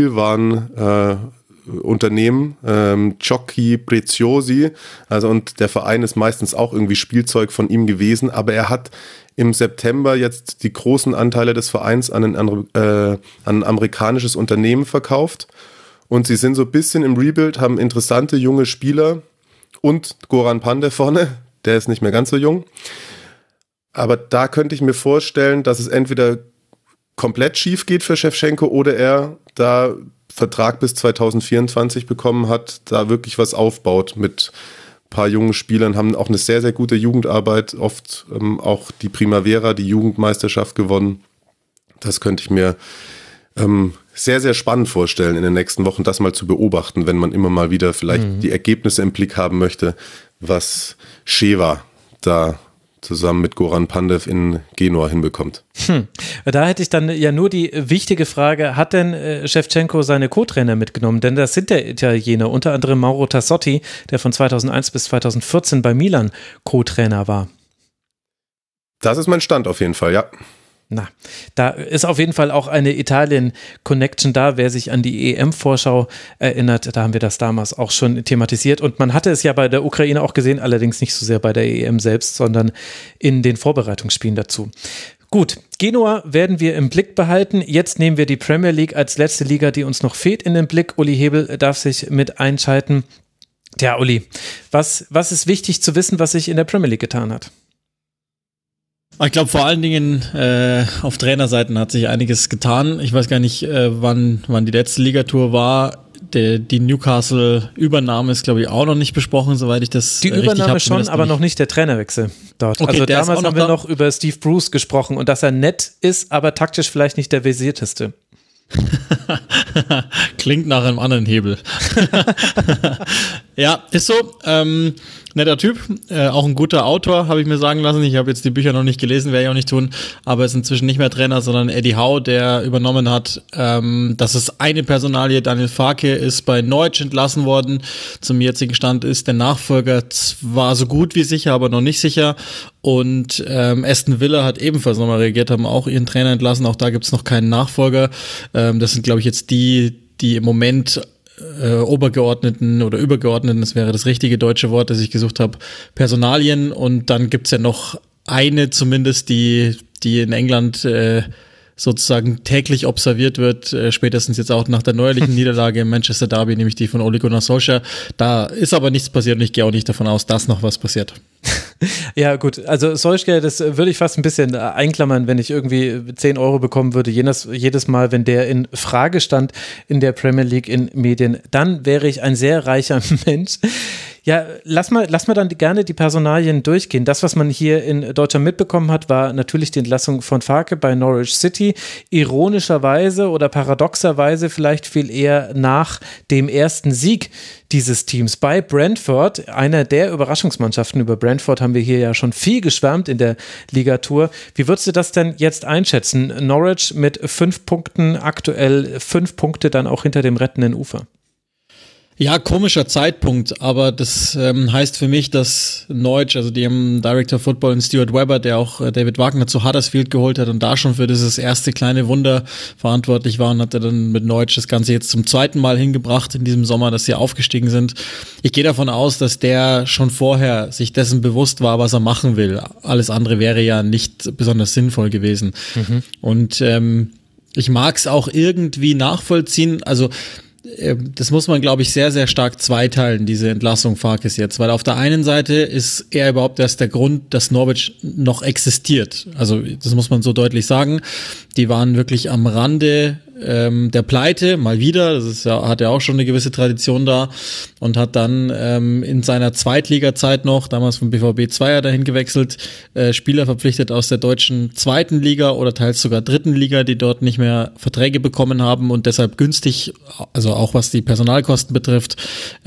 Spielwarenunternehmen, Giochi Preziosi. Also und der Verein ist meistens auch irgendwie Spielzeug von ihm gewesen. Aber er hat im September jetzt die großen Anteile des Vereins an ein amerikanisches Unternehmen verkauft. und sie sind so ein bisschen im Rebuild, haben interessante junge Spieler und Goran Pandev vorne, der ist nicht mehr ganz so jung. Aber da könnte ich mir vorstellen, dass es entweder komplett schief geht für Shevchenko oder er da Vertrag bis 2024 bekommen hat, da wirklich was aufbaut mit ein paar jungen Spielern, haben auch eine sehr, sehr gute Jugendarbeit, oft auch die Primavera, die Jugendmeisterschaft gewonnen. Das könnte ich mir sehr, sehr spannend vorstellen, in den nächsten Wochen das mal zu beobachten, wenn man immer mal wieder vielleicht die Ergebnisse im Blick haben möchte, was Sheva da zusammen mit Goran Pandev in Genua hinbekommt. Da hätte ich dann ja nur die wichtige Frage, hat denn Shevchenko seine Co-Trainer mitgenommen? Denn das sind der Italiener, unter anderem Mauro Tassotti, der von 2001 bis 2014 bei Milan Co-Trainer war. Das ist mein Stand auf jeden Fall, ja. Na, da ist auf jeden Fall auch eine Italien-Connection da, wer sich an die EM-Vorschau erinnert, da haben wir das damals auch schon thematisiert und man hatte es ja bei der Ukraine auch gesehen, allerdings nicht so sehr bei der EM selbst, sondern in den Vorbereitungsspielen dazu. Gut, Genua werden wir im Blick behalten, jetzt nehmen wir die Premier League als letzte Liga, die uns noch fehlt, in den Blick. Uli Hebel darf sich mit einschalten. Tja, Uli, was ist wichtig zu wissen, was sich in der Premier League getan hat? Ich glaube, vor allen Dingen auf Trainerseiten hat sich einiges getan. Ich weiß gar nicht, wann die letzte Ligatour war. Die Newcastle-Übernahme ist, glaube ich, auch noch nicht besprochen, soweit ich das richtig habe. Die Übernahme schon, aber noch nicht der Trainerwechsel dort. Okay, also damals haben wir noch über Steve Bruce gesprochen und dass er nett ist, aber taktisch vielleicht nicht der versierteste. Klingt nach einem anderen Hebel. Ja, ist so. Netter Typ, auch ein guter Autor, habe ich mir sagen lassen. Ich habe jetzt die Bücher noch nicht gelesen, werde ich auch nicht tun, aber ist inzwischen nicht mehr Trainer, sondern Eddie Howe, der übernommen hat. Das ist eine Personalie, Daniel Farke ist bei Norwich entlassen worden. Zum jetzigen Stand ist der Nachfolger zwar so gut wie sicher, aber noch nicht sicher. Und Aston Villa hat ebenfalls nochmal reagiert, haben auch ihren Trainer entlassen. Auch da gibt es noch keinen Nachfolger. Das sind, glaube ich, jetzt die im Moment Obergeordneten oder Übergeordneten, das wäre das richtige deutsche Wort, das ich gesucht habe, Personalien. Und dann gibt's ja noch eine zumindest, die in England sozusagen täglich observiert wird, spätestens jetzt auch nach der neuerlichen Niederlage im Manchester Derby, nämlich die von Ole Gunnar Solskjaer. Da ist aber nichts passiert und ich gehe auch nicht davon aus, dass noch was passiert. Ja gut, also Solskjaer, das würde ich fast ein bisschen einklammern, wenn ich irgendwie 10 Euro bekommen würde, jedes Mal, wenn der in Frage stand in der Premier League in Medien, dann wäre ich ein sehr reicher Mensch. Ja, lass mal dann gerne die Personalien durchgehen. Das, was man hier in Deutschland mitbekommen hat, war natürlich die Entlassung von Farke bei Norwich City. Ironischerweise oder paradoxerweise vielleicht viel eher nach dem ersten Sieg dieses Teams bei Brentford, einer der Überraschungsmannschaften. Über Brentford haben wir hier ja schon viel geschwärmt in der Ligatur. Wie würdest du das denn jetzt einschätzen? Norwich mit 5 Punkten, aktuell 5 Punkte dann auch hinter dem rettenden Ufer. Ja, komischer Zeitpunkt, aber das heißt für mich, dass Norwich, also die haben Director Football in Stuart Webber, der auch David Wagner zu Huddersfield geholt hat und da schon für dieses erste kleine Wunder verantwortlich war und hat er dann mit Norwich das Ganze jetzt zum zweiten Mal hingebracht in diesem Sommer, dass sie aufgestiegen sind. Ich gehe davon aus, dass der schon vorher sich dessen bewusst war, was er machen will. Alles andere wäre ja nicht besonders sinnvoll gewesen. Und ich mag es auch irgendwie nachvollziehen, also das muss man, glaube ich, sehr, sehr stark zweiteilen, diese Entlassung Farkes jetzt, weil auf der einen Seite ist er überhaupt erst der Grund, dass Norwich noch existiert. Also das muss man so deutlich sagen. Die waren wirklich am Rande der Pleite, mal wieder. Das ist ja, hat ja auch schon eine gewisse Tradition da und hat dann in seiner Zweitliga-Zeit noch, damals vom BVB 2er dahin gewechselt, Spieler verpflichtet aus der deutschen zweiten Liga oder teils sogar dritten Liga, die dort nicht mehr Verträge bekommen haben und deshalb günstig, also auch was die Personalkosten betrifft,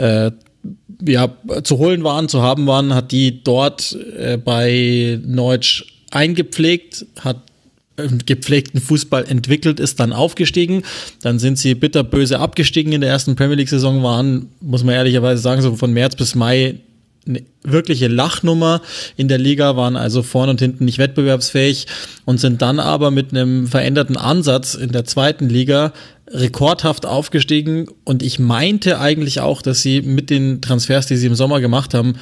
zu holen waren, zu haben waren, hat die dort bei Norwich eingepflegt, hat gepflegten Fußball entwickelt, ist dann aufgestiegen, dann sind sie bitterböse abgestiegen in der ersten Premier League-Saison, waren, muss man ehrlicherweise sagen, so von März bis Mai eine wirkliche Lachnummer in der Liga, waren also vorne und hinten nicht wettbewerbsfähig und sind dann aber mit einem veränderten Ansatz in der zweiten Liga rekordhaft aufgestiegen und ich meinte eigentlich auch, dass sie mit den Transfers, die sie im Sommer gemacht haben,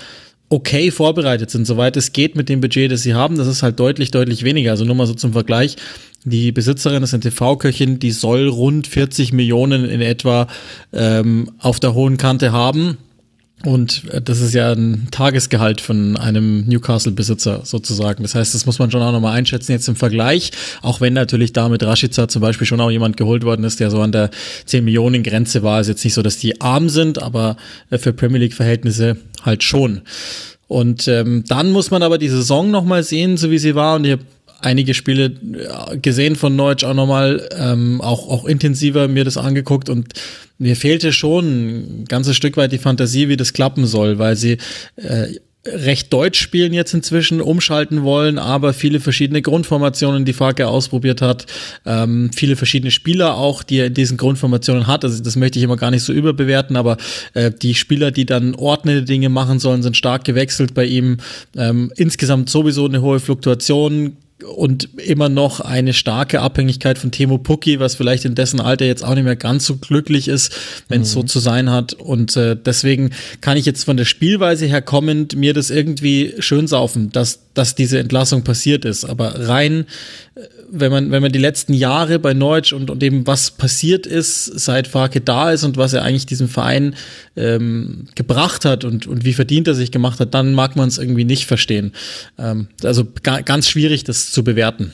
okay vorbereitet sind, soweit es geht mit dem Budget, das sie haben. Das ist halt deutlich, deutlich weniger. Also nur mal so zum Vergleich. Die Besitzerin, das ist eine TV-Köchin, die soll rund 40 Millionen in etwa auf der hohen Kante haben. Und das ist ja ein Tagesgehalt von einem Newcastle-Besitzer sozusagen. Das heißt, das muss man schon auch nochmal einschätzen jetzt im Vergleich. Auch wenn natürlich da mit Rashica zum Beispiel schon auch jemand geholt worden ist, der so an der 10-Millionen-Grenze war. Ist jetzt nicht so, dass die arm sind, aber für Premier League-Verhältnisse halt schon. Und dann muss man aber die Saison nochmal sehen, so wie sie war. Und ich habe einige Spiele gesehen von Norwich auch nochmal, auch intensiver mir das angeguckt, und mir fehlte schon ein ganzes Stück weit die Fantasie, wie das klappen soll, weil sie recht deutsch spielen jetzt inzwischen, umschalten wollen, aber viele verschiedene Grundformationen, die Farke ausprobiert hat, viele verschiedene Spieler auch, die er in diesen Grundformationen hat. Also das möchte ich immer gar nicht so überbewerten, aber die Spieler, die dann ordnende Dinge machen sollen, sind stark gewechselt bei ihm. Insgesamt sowieso eine hohe Fluktuation und immer noch eine starke Abhängigkeit von Teemu Pukki, was vielleicht in dessen Alter jetzt auch nicht mehr ganz so glücklich ist, wenn es so zu sein hat. Und deswegen kann ich jetzt von der Spielweise her kommend mir das irgendwie schön saufen, dass diese Entlassung passiert ist. Aber rein, wenn man die letzten Jahre bei Norwich und eben was passiert ist, seit Farke da ist und was er eigentlich diesem Verein gebracht hat und wie verdient er sich gemacht hat, dann mag man es irgendwie nicht verstehen. Also ganz schwierig, das zu bewerten.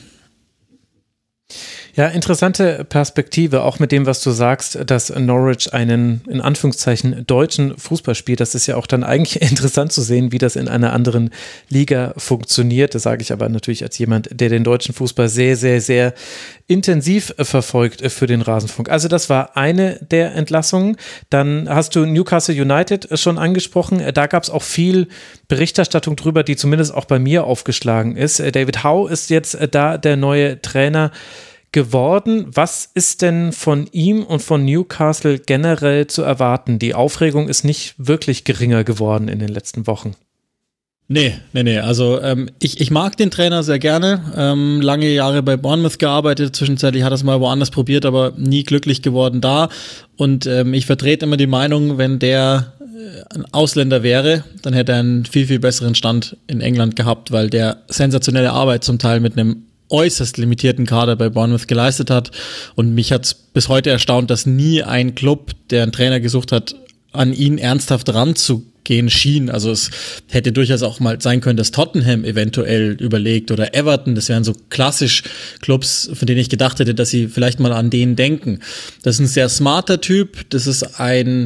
Ja, interessante Perspektive, auch mit dem, was du sagst, dass Norwich einen, in Anführungszeichen, deutschen Fußball spielt. Das ist ja auch dann eigentlich interessant zu sehen, wie das in einer anderen Liga funktioniert. Das sage ich aber natürlich als jemand, der den deutschen Fußball sehr, sehr, sehr intensiv verfolgt für den Rasenfunk. Also das war eine der Entlassungen. Dann hast du Newcastle United schon angesprochen. Da gab es auch viel Berichterstattung drüber, die zumindest auch bei mir aufgeschlagen ist. David Howe ist jetzt da der neue Trainer geworden. Was ist denn von ihm und von Newcastle generell zu erwarten? Die Aufregung ist nicht wirklich geringer geworden in den letzten Wochen. Nee. Also ich mag den Trainer sehr gerne. Lange Jahre bei Bournemouth gearbeitet. Zwischenzeitlich hat er es mal woanders probiert, aber nie glücklich geworden da. Und ich vertrete immer die Meinung, wenn der ein Ausländer wäre, dann hätte er einen viel, viel besseren Stand in England gehabt, weil der sensationelle Arbeit zum Teil mit einem äußerst limitierten Kader bei Bournemouth geleistet hat. Und mich hat's bis heute erstaunt, dass nie ein Club, der einen Trainer gesucht hat, an ihn ernsthaft ranzugehen schien. Also es hätte durchaus auch mal sein können, dass Tottenham eventuell überlegt oder Everton. Das wären so klassisch Clubs, von denen ich gedacht hätte, dass sie vielleicht mal an denen denken. Das ist ein sehr smarter Typ. Das ist ein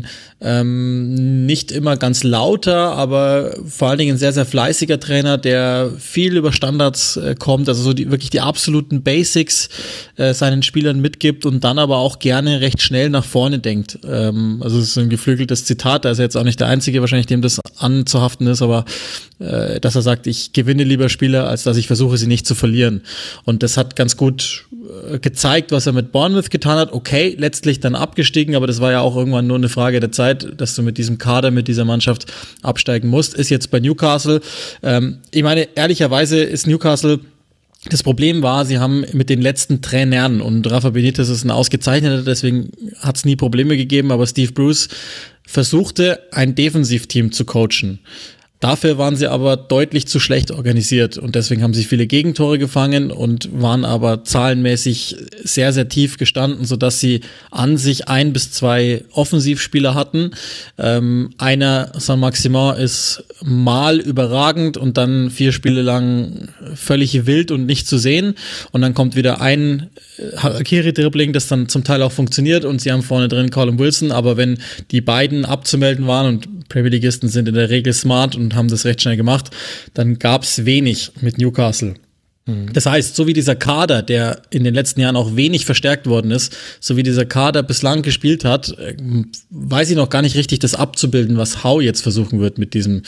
nicht immer ganz lauter, aber vor allen Dingen ein sehr, sehr fleißiger Trainer, der viel über Standards kommt, also so wirklich die absoluten Basics seinen Spielern mitgibt und dann aber auch gerne recht schnell nach vorne denkt. Also es ist ein geflügeltes Zitat, da ist er jetzt auch nicht der Einzige wahrscheinlich, dem das anzuhaften ist, aber dass er sagt, ich gewinne lieber Spieler, als dass ich versuche, sie nicht zu verlieren. Und das hat ganz gut gezeigt, was er mit Bournemouth getan hat. Okay, letztlich dann abgestiegen, aber das war ja auch irgendwann nur eine Frage der Zeit, dass du mit diesem Kader, mit dieser Mannschaft absteigen musst. Ist jetzt bei Newcastle. Ich meine, ehrlicherweise ist Newcastle, das Problem war, sie haben mit den letzten Trainern, und Rafa Benitez ist ein ausgezeichneter, deswegen hat es nie Probleme gegeben, aber Steve Bruce versuchte, ein Defensivteam zu coachen. Dafür waren sie aber deutlich zu schlecht organisiert und deswegen haben sie viele Gegentore gefangen und waren aber zahlenmäßig sehr, sehr tief gestanden, sodass sie an sich 1 bis 2 Offensivspieler hatten. Einer, Saint-Maximin, ist mal überragend und dann 4 Spiele lang völlig wild und nicht zu sehen. Und dann kommt wieder ein Harakiri-Dribbling, das dann zum Teil auch funktioniert und sie haben vorne drin Callum Wilson, aber wenn die beiden abzumelden waren, und Premier Leagueisten sind in der Regel smart und haben das recht schnell gemacht, dann gab es wenig mit Newcastle. Das heißt, so wie dieser Kader, der in den letzten Jahren auch wenig verstärkt worden ist, so wie dieser Kader bislang gespielt hat, weiß ich noch gar nicht richtig, das abzubilden, was Howe jetzt versuchen wird mit diesem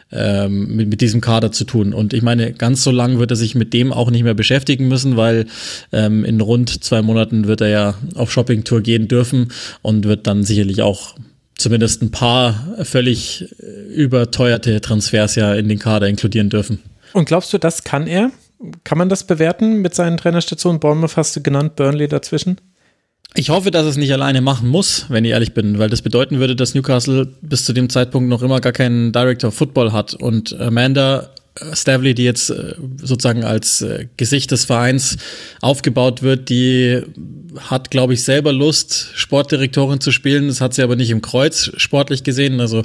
Kader zu tun. Und ich meine, ganz so lang wird er sich mit dem auch nicht mehr beschäftigen müssen, weil in rund 2 Monaten wird er ja auf Shoppingtour gehen dürfen und wird dann sicherlich auch zumindest ein paar völlig überteuerte Transfers ja in den Kader inkludieren dürfen. Und glaubst du, das kann er? Kann man das bewerten mit seinen Trainerstationen? Bournemouth hast du genannt, Burnley dazwischen? Ich hoffe, dass es nicht alleine machen muss, wenn ich ehrlich bin, weil das bedeuten würde, dass Newcastle bis zu dem Zeitpunkt noch immer gar keinen Director of Football hat und Amanda Staveley, die jetzt sozusagen als Gesicht des Vereins aufgebaut wird, die hat, glaube ich, selber Lust, Sportdirektorin zu spielen. Das hat sie aber nicht im Kreuz sportlich gesehen. Also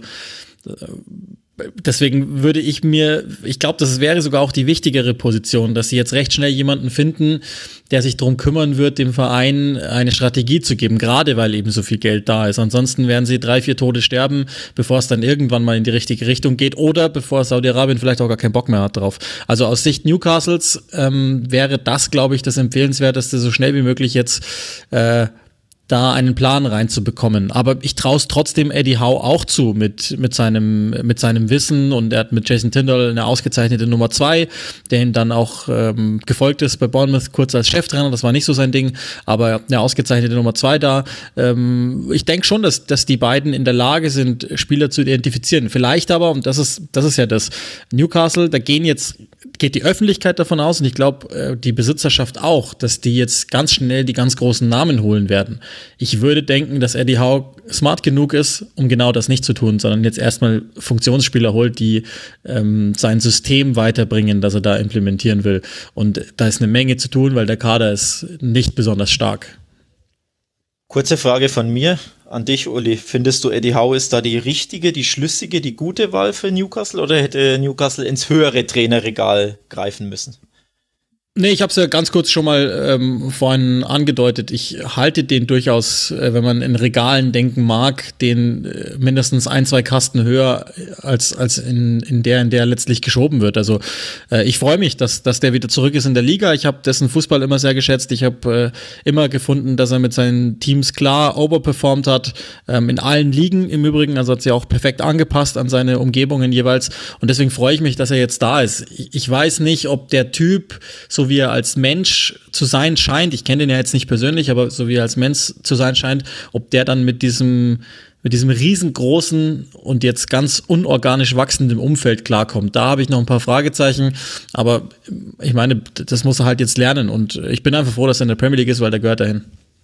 deswegen würde ich glaube, das wäre sogar auch die wichtigere Position, dass sie jetzt recht schnell jemanden finden, der sich darum kümmern wird, dem Verein eine Strategie zu geben, gerade weil eben so viel Geld da ist. Ansonsten werden sie 3-4 Tode sterben, bevor es dann irgendwann mal in die richtige Richtung geht oder bevor Saudi-Arabien vielleicht auch gar keinen Bock mehr hat drauf. Also aus Sicht Newcastles wäre das, glaube ich, das Empfehlenswerteste, so schnell wie möglich jetzt da einen Plan reinzubekommen. Aber ich traue es trotzdem Eddie Howe auch zu mit seinem Wissen, und er hat mit Jason Tindall eine ausgezeichnete Nummer 2, der ihm dann auch gefolgt ist bei Bournemouth, kurz als Cheftrainer, das war nicht so sein Ding, aber eine ausgezeichnete Nummer 2 da. Ich denke schon, dass die beiden in der Lage sind, Spieler zu identifizieren. Vielleicht aber, und das ist ja das, Newcastle, da geht die Öffentlichkeit davon aus, und ich glaube, die Besitzerschaft auch, dass die jetzt ganz schnell die ganz großen Namen holen werden. Ich würde denken, dass Eddie Howe smart genug ist, um genau das nicht zu tun, sondern jetzt erstmal Funktionsspieler holt, die sein System weiterbringen, das er da implementieren will. Und da ist eine Menge zu tun, weil der Kader ist nicht besonders stark. Kurze Frage von mir an dich, Uli. Findest du, Eddie Howe ist da die richtige, die schlüssige, die gute Wahl für Newcastle, oder hätte Newcastle ins höhere Trainerregal greifen müssen? Nee, ich habe es ja ganz kurz schon mal vorhin angedeutet. Ich halte den durchaus, wenn man in Regalen denken mag, den mindestens 1-2 Kasten höher als in der letztlich geschoben wird. Also ich freue mich, dass der wieder zurück ist in der Liga. Ich habe dessen Fußball immer sehr geschätzt. Ich habe immer gefunden, dass er mit seinen Teams klar overperformt hat, in allen Ligen im Übrigen. Also hat sie auch perfekt angepasst an seine Umgebungen jeweils. Und deswegen freue ich mich, dass er jetzt da ist. Ich weiß nicht, ob der Typ, so wie er als Mensch zu sein scheint, ich kenne den ja jetzt nicht persönlich, aber so wie er als Mensch zu sein scheint, ob der dann mit diesem riesengroßen und jetzt ganz unorganisch wachsenden Umfeld klarkommt. Da habe ich noch ein paar Fragezeichen, aber ich meine, das muss er halt jetzt lernen, und ich bin einfach froh, dass er in der Premier League ist, weil der gehört dahin.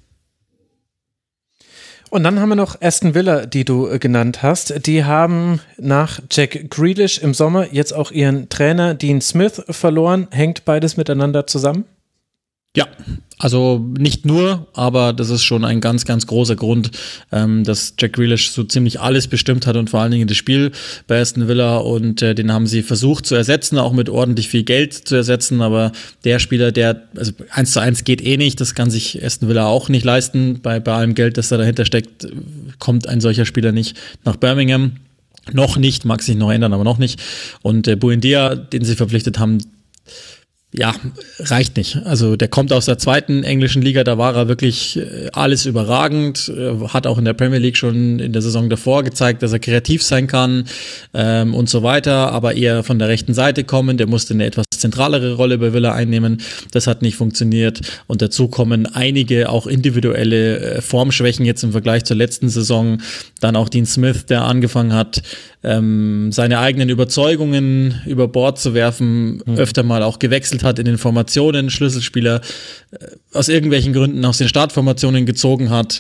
Und dann haben wir noch Aston Villa, die du genannt hast. Die haben nach Jack Grealish im Sommer jetzt auch ihren Trainer Dean Smith verloren. Hängt beides miteinander zusammen? Ja, also nicht nur, aber das ist schon ein ganz, ganz großer Grund, dass Jack Grealish so ziemlich alles bestimmt hat und vor allen Dingen das Spiel bei Aston Villa, und den haben sie versucht zu ersetzen, auch mit ordentlich viel Geld zu ersetzen, aber der Spieler, also 1:1 geht eh nicht, das kann sich Aston Villa auch nicht leisten, bei allem Geld, das da dahinter steckt, kommt ein solcher Spieler nicht nach Birmingham. Noch nicht, mag sich noch ändern, aber noch nicht. Und Buendia, den sie verpflichtet haben, ja, reicht nicht. Also der kommt aus der 2. englischen Liga, da war er wirklich alles überragend, hat auch in der Premier League schon in der Saison davor gezeigt, dass er kreativ sein kann und so weiter, aber eher von der rechten Seite kommen. Der musste eine etwas zentralere Rolle bei Villa einnehmen. Das hat nicht funktioniert, und dazu kommen einige auch individuelle Formschwächen jetzt im Vergleich zur letzten Saison. Dann auch Dean Smith, der angefangen hat, seine eigenen Überzeugungen über Bord zu werfen, öfter mal auch gewechselt hat in den Formationen, Schlüsselspieler aus irgendwelchen Gründen aus den Startformationen gezogen hat,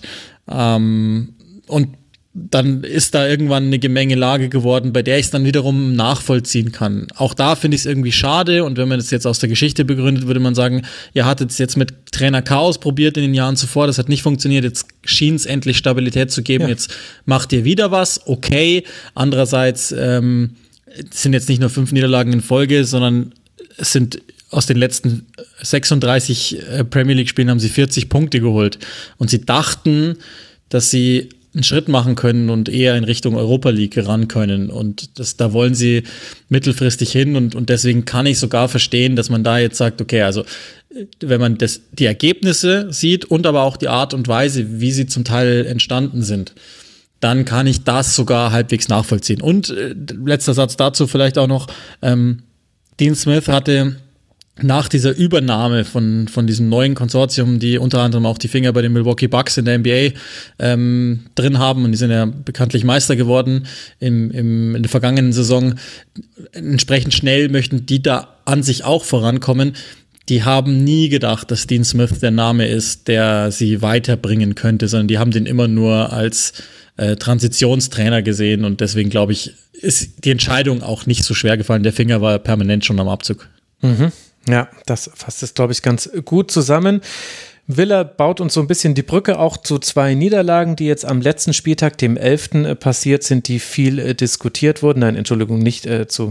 und dann ist da irgendwann eine Gemengelage geworden, bei der ich es dann wiederum nachvollziehen kann. Auch da finde ich es irgendwie schade, und wenn man das jetzt aus der Geschichte begründet, würde man sagen, ihr hattet es jetzt mit Trainer Chaos probiert in den Jahren zuvor, das hat nicht funktioniert, jetzt schien es endlich Stabilität zu geben, Jetzt macht ihr wieder was, okay. Andererseits sind jetzt nicht nur 5 Niederlagen in Folge, sondern es sind aus den letzten 36 Premier League Spielen haben sie 40 Punkte geholt, und sie dachten, dass sie einen Schritt machen können und eher in Richtung Europa League ran können, und da wollen sie mittelfristig hin, und deswegen kann ich sogar verstehen, dass man da jetzt sagt, okay, also wenn man die Ergebnisse sieht und aber auch die Art und Weise, wie sie zum Teil entstanden sind, dann kann ich das sogar halbwegs nachvollziehen. Und letzter Satz dazu vielleicht auch noch, Dean Smith hatte nach dieser Übernahme von diesem neuen Konsortium, die unter anderem auch die Finger bei den Milwaukee Bucks in der NBA drin haben, und die sind ja bekanntlich Meister geworden in der vergangenen Saison, entsprechend schnell möchten die da an sich auch vorankommen. die haben nie gedacht, dass Dean Smith der Name ist, der sie weiterbringen könnte, sondern die haben den immer nur als Transitionstrainer gesehen und deswegen, glaube ich, ist die Entscheidung auch nicht so schwer gefallen. Der Finger war permanent schon am Abzug. Mhm. Ja, das fasst es, glaube ich, ganz gut zusammen. Villa baut uns so ein bisschen die Brücke auch zu 2 Niederlagen, die jetzt am letzten Spieltag, dem 11. passiert sind, die viel diskutiert wurden. Nein, Entschuldigung, nicht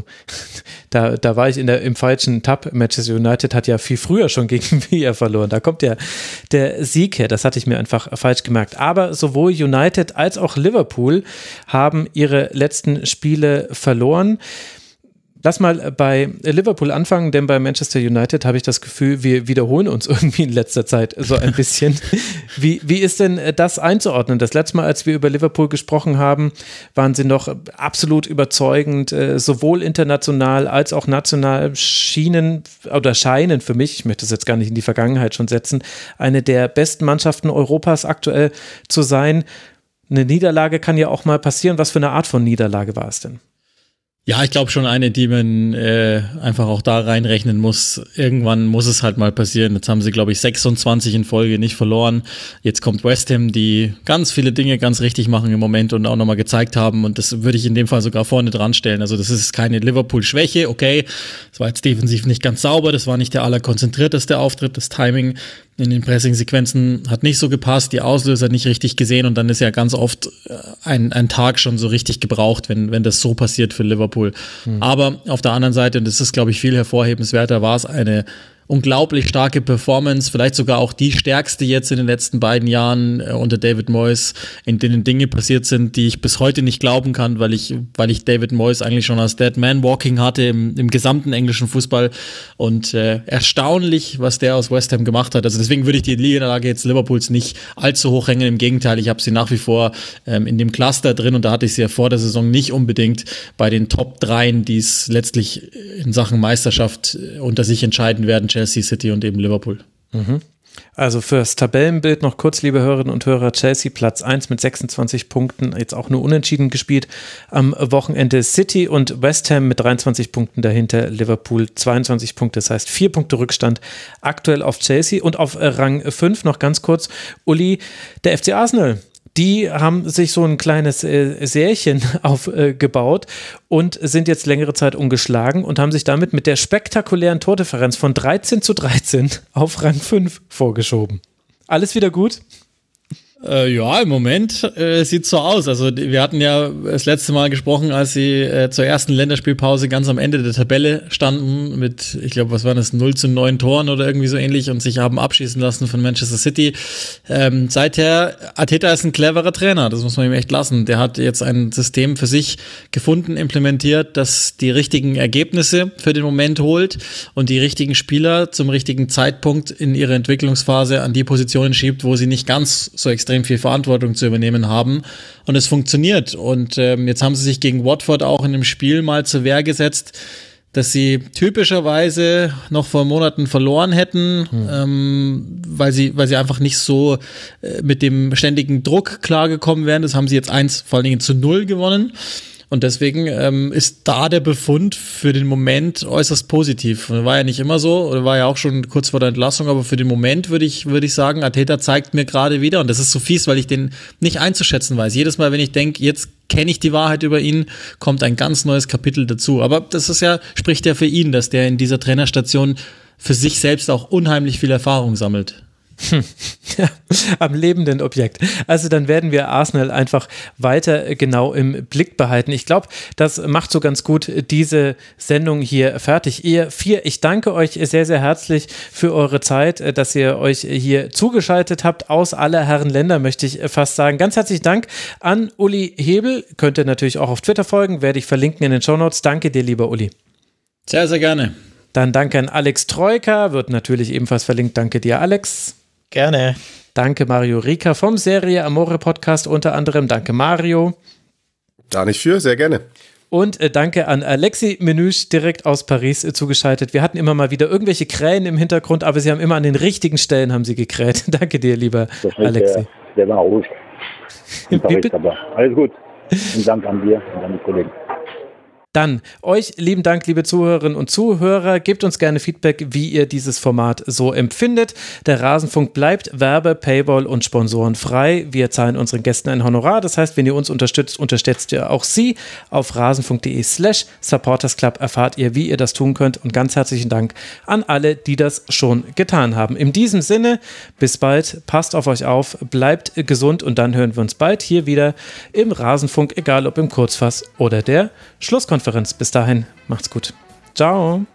da war ich im falschen Tab. Manchester United hat ja viel früher schon gegen Villa verloren. Da kommt der Sieg her. Das hatte ich mir einfach falsch gemerkt. Aber sowohl United als auch Liverpool haben ihre letzten Spiele verloren. Lass mal bei Liverpool anfangen, denn bei Manchester United habe ich das Gefühl, wir wiederholen uns irgendwie in letzter Zeit so ein bisschen. Wie ist denn das einzuordnen? Das letzte Mal, als wir über Liverpool gesprochen haben, waren sie noch absolut überzeugend, sowohl international als auch national scheinen für mich, ich möchte das jetzt gar nicht in die Vergangenheit schon setzen, eine der besten Mannschaften Europas aktuell zu sein. Eine Niederlage kann ja auch mal passieren. Was für eine Art von Niederlage war es denn? Ja, ich glaube schon eine, die man einfach auch da reinrechnen muss. Irgendwann muss es halt mal passieren. Jetzt haben sie, glaube ich, 26 in Folge nicht verloren. Jetzt kommt West Ham, die ganz viele Dinge ganz richtig machen im Moment und auch nochmal gezeigt haben. Und das würde ich in dem Fall sogar vorne dran stellen. Also das ist keine Liverpool-Schwäche. Okay, das war jetzt defensiv nicht ganz sauber. Das war nicht der allerkonzentrierteste Auftritt. Das Timing in den Pressing-Sequenzen hat nicht so gepasst, die Auslöser nicht richtig gesehen und dann ist ja ganz oft ein Tag schon so richtig gebraucht, wenn das so passiert für Liverpool. Aber auf der anderen Seite, und das ist, glaube ich, viel hervorhebenswerter, war es eine unglaublich starke Performance, vielleicht sogar auch die stärkste jetzt in den letzten beiden Jahren unter David Moyes, in denen Dinge passiert sind, die ich bis heute nicht glauben kann, weil ich David Moyes eigentlich schon als Dead Man Walking hatte im gesamten englischen Fußball und erstaunlich, was der aus West Ham gemacht hat. Also deswegen würde ich die Niederlage jetzt Liverpools nicht allzu hoch hängen, im Gegenteil, ich habe sie nach wie vor in dem Cluster drin und da hatte ich sie ja vor der Saison nicht unbedingt bei den Top 3, die es letztlich in Sachen Meisterschaft unter sich entscheiden werden, Chelsea, City und eben Liverpool. Also fürs Tabellenbild noch kurz, liebe Hörerinnen und Hörer, Chelsea Platz 1 mit 26 Punkten, jetzt auch nur unentschieden gespielt. Am Wochenende City und West Ham mit 23 Punkten dahinter, Liverpool 22 Punkte, das heißt 4 Punkte Rückstand aktuell auf Chelsea. Und auf Rang 5 noch ganz kurz, Uli, der FC Arsenal. Die haben sich so ein kleines Särchen aufgebaut und sind jetzt längere Zeit ungeschlagen und haben sich damit mit der spektakulären Tordifferenz von 13:13 auf Rang 5 vorgeschoben. Alles wieder gut? Ja, im Moment sieht so aus. Also wir hatten ja das letzte Mal gesprochen, als sie zur ersten Länderspielpause ganz am Ende der Tabelle standen mit, ich glaube, was waren das, 0:9 Toren oder irgendwie so ähnlich und sich haben abschießen lassen von Manchester City. Seither, Arteta ist ein cleverer Trainer, das muss man ihm echt lassen. Der hat jetzt ein System für sich gefunden, implementiert, das die richtigen Ergebnisse für den Moment holt und die richtigen Spieler zum richtigen Zeitpunkt in ihre Entwicklungsphase an die Positionen schiebt, wo sie nicht ganz so extrem viel Verantwortung zu übernehmen haben und es funktioniert und jetzt haben sie sich gegen Watford auch in dem Spiel mal zur Wehr gesetzt, dass sie typischerweise noch vor Monaten verloren hätten, weil sie einfach nicht so mit dem ständigen Druck klargekommen wären. Das haben sie jetzt vor allen Dingen zu 0 gewonnen. Und deswegen ist da der Befund für den Moment äußerst positiv. War ja nicht immer so, oder war ja auch schon kurz vor der Entlassung, aber für den Moment würde ich sagen, Arteta zeigt mir gerade wieder, und das ist so fies, weil ich den nicht einzuschätzen weiß. Jedes Mal, wenn ich denke, jetzt kenne ich die Wahrheit über ihn, kommt ein ganz neues Kapitel dazu. Aber das spricht ja für ihn, dass der in dieser Trainerstation für sich selbst auch unheimlich viel Erfahrung sammelt. Ja, am lebenden Objekt. Also dann werden wir Arsenal einfach weiter genau im Blick behalten. Ich glaube, das macht so ganz gut diese Sendung hier fertig. Ihr 4, ich danke euch sehr, sehr herzlich für eure Zeit, dass ihr euch hier zugeschaltet habt aus aller Herren Länder, möchte ich fast sagen. Ganz herzlichen Dank an Uli Hebel. Könnt ihr natürlich auch auf Twitter folgen, werde ich verlinken in den Shownotes. Danke dir, lieber Uli. Sehr, sehr gerne. Dann danke an Alex Troika, wird natürlich ebenfalls verlinkt. Danke dir, Alex. Gerne. Danke Mario Rieker vom Serie Amore Podcast unter anderem. Danke Mario. Da nicht für, sehr gerne. Und danke an Alexi Menüsch direkt aus Paris zugeschaltet. Wir hatten immer mal wieder irgendwelche Krähen im Hintergrund, aber sie haben immer an den richtigen Stellen haben sie gekräht. Danke dir, lieber Alexi. Der war ruhig. In Paris, aber alles gut. Und Dank an dir und an die Kollegen. Dann euch lieben Dank, liebe Zuhörerinnen und Zuhörer. Gebt uns gerne Feedback, wie ihr dieses Format so empfindet. Der Rasenfunk bleibt Werbe-, Paywall- und sponsorenfrei. Wir zahlen unseren Gästen ein Honorar. Das heißt, wenn ihr uns unterstützt ihr auch sie. Auf rasenfunk.de/supportersclub erfahrt ihr, wie ihr das tun könnt. Und ganz herzlichen Dank an alle, die das schon getan haben. In diesem Sinne, bis bald. Passt auf euch auf, bleibt gesund und dann hören wir uns bald hier wieder im Rasenfunk, egal ob im Kurzfass oder der Schlusskonferenz. Bis dahin, macht's gut. Ciao.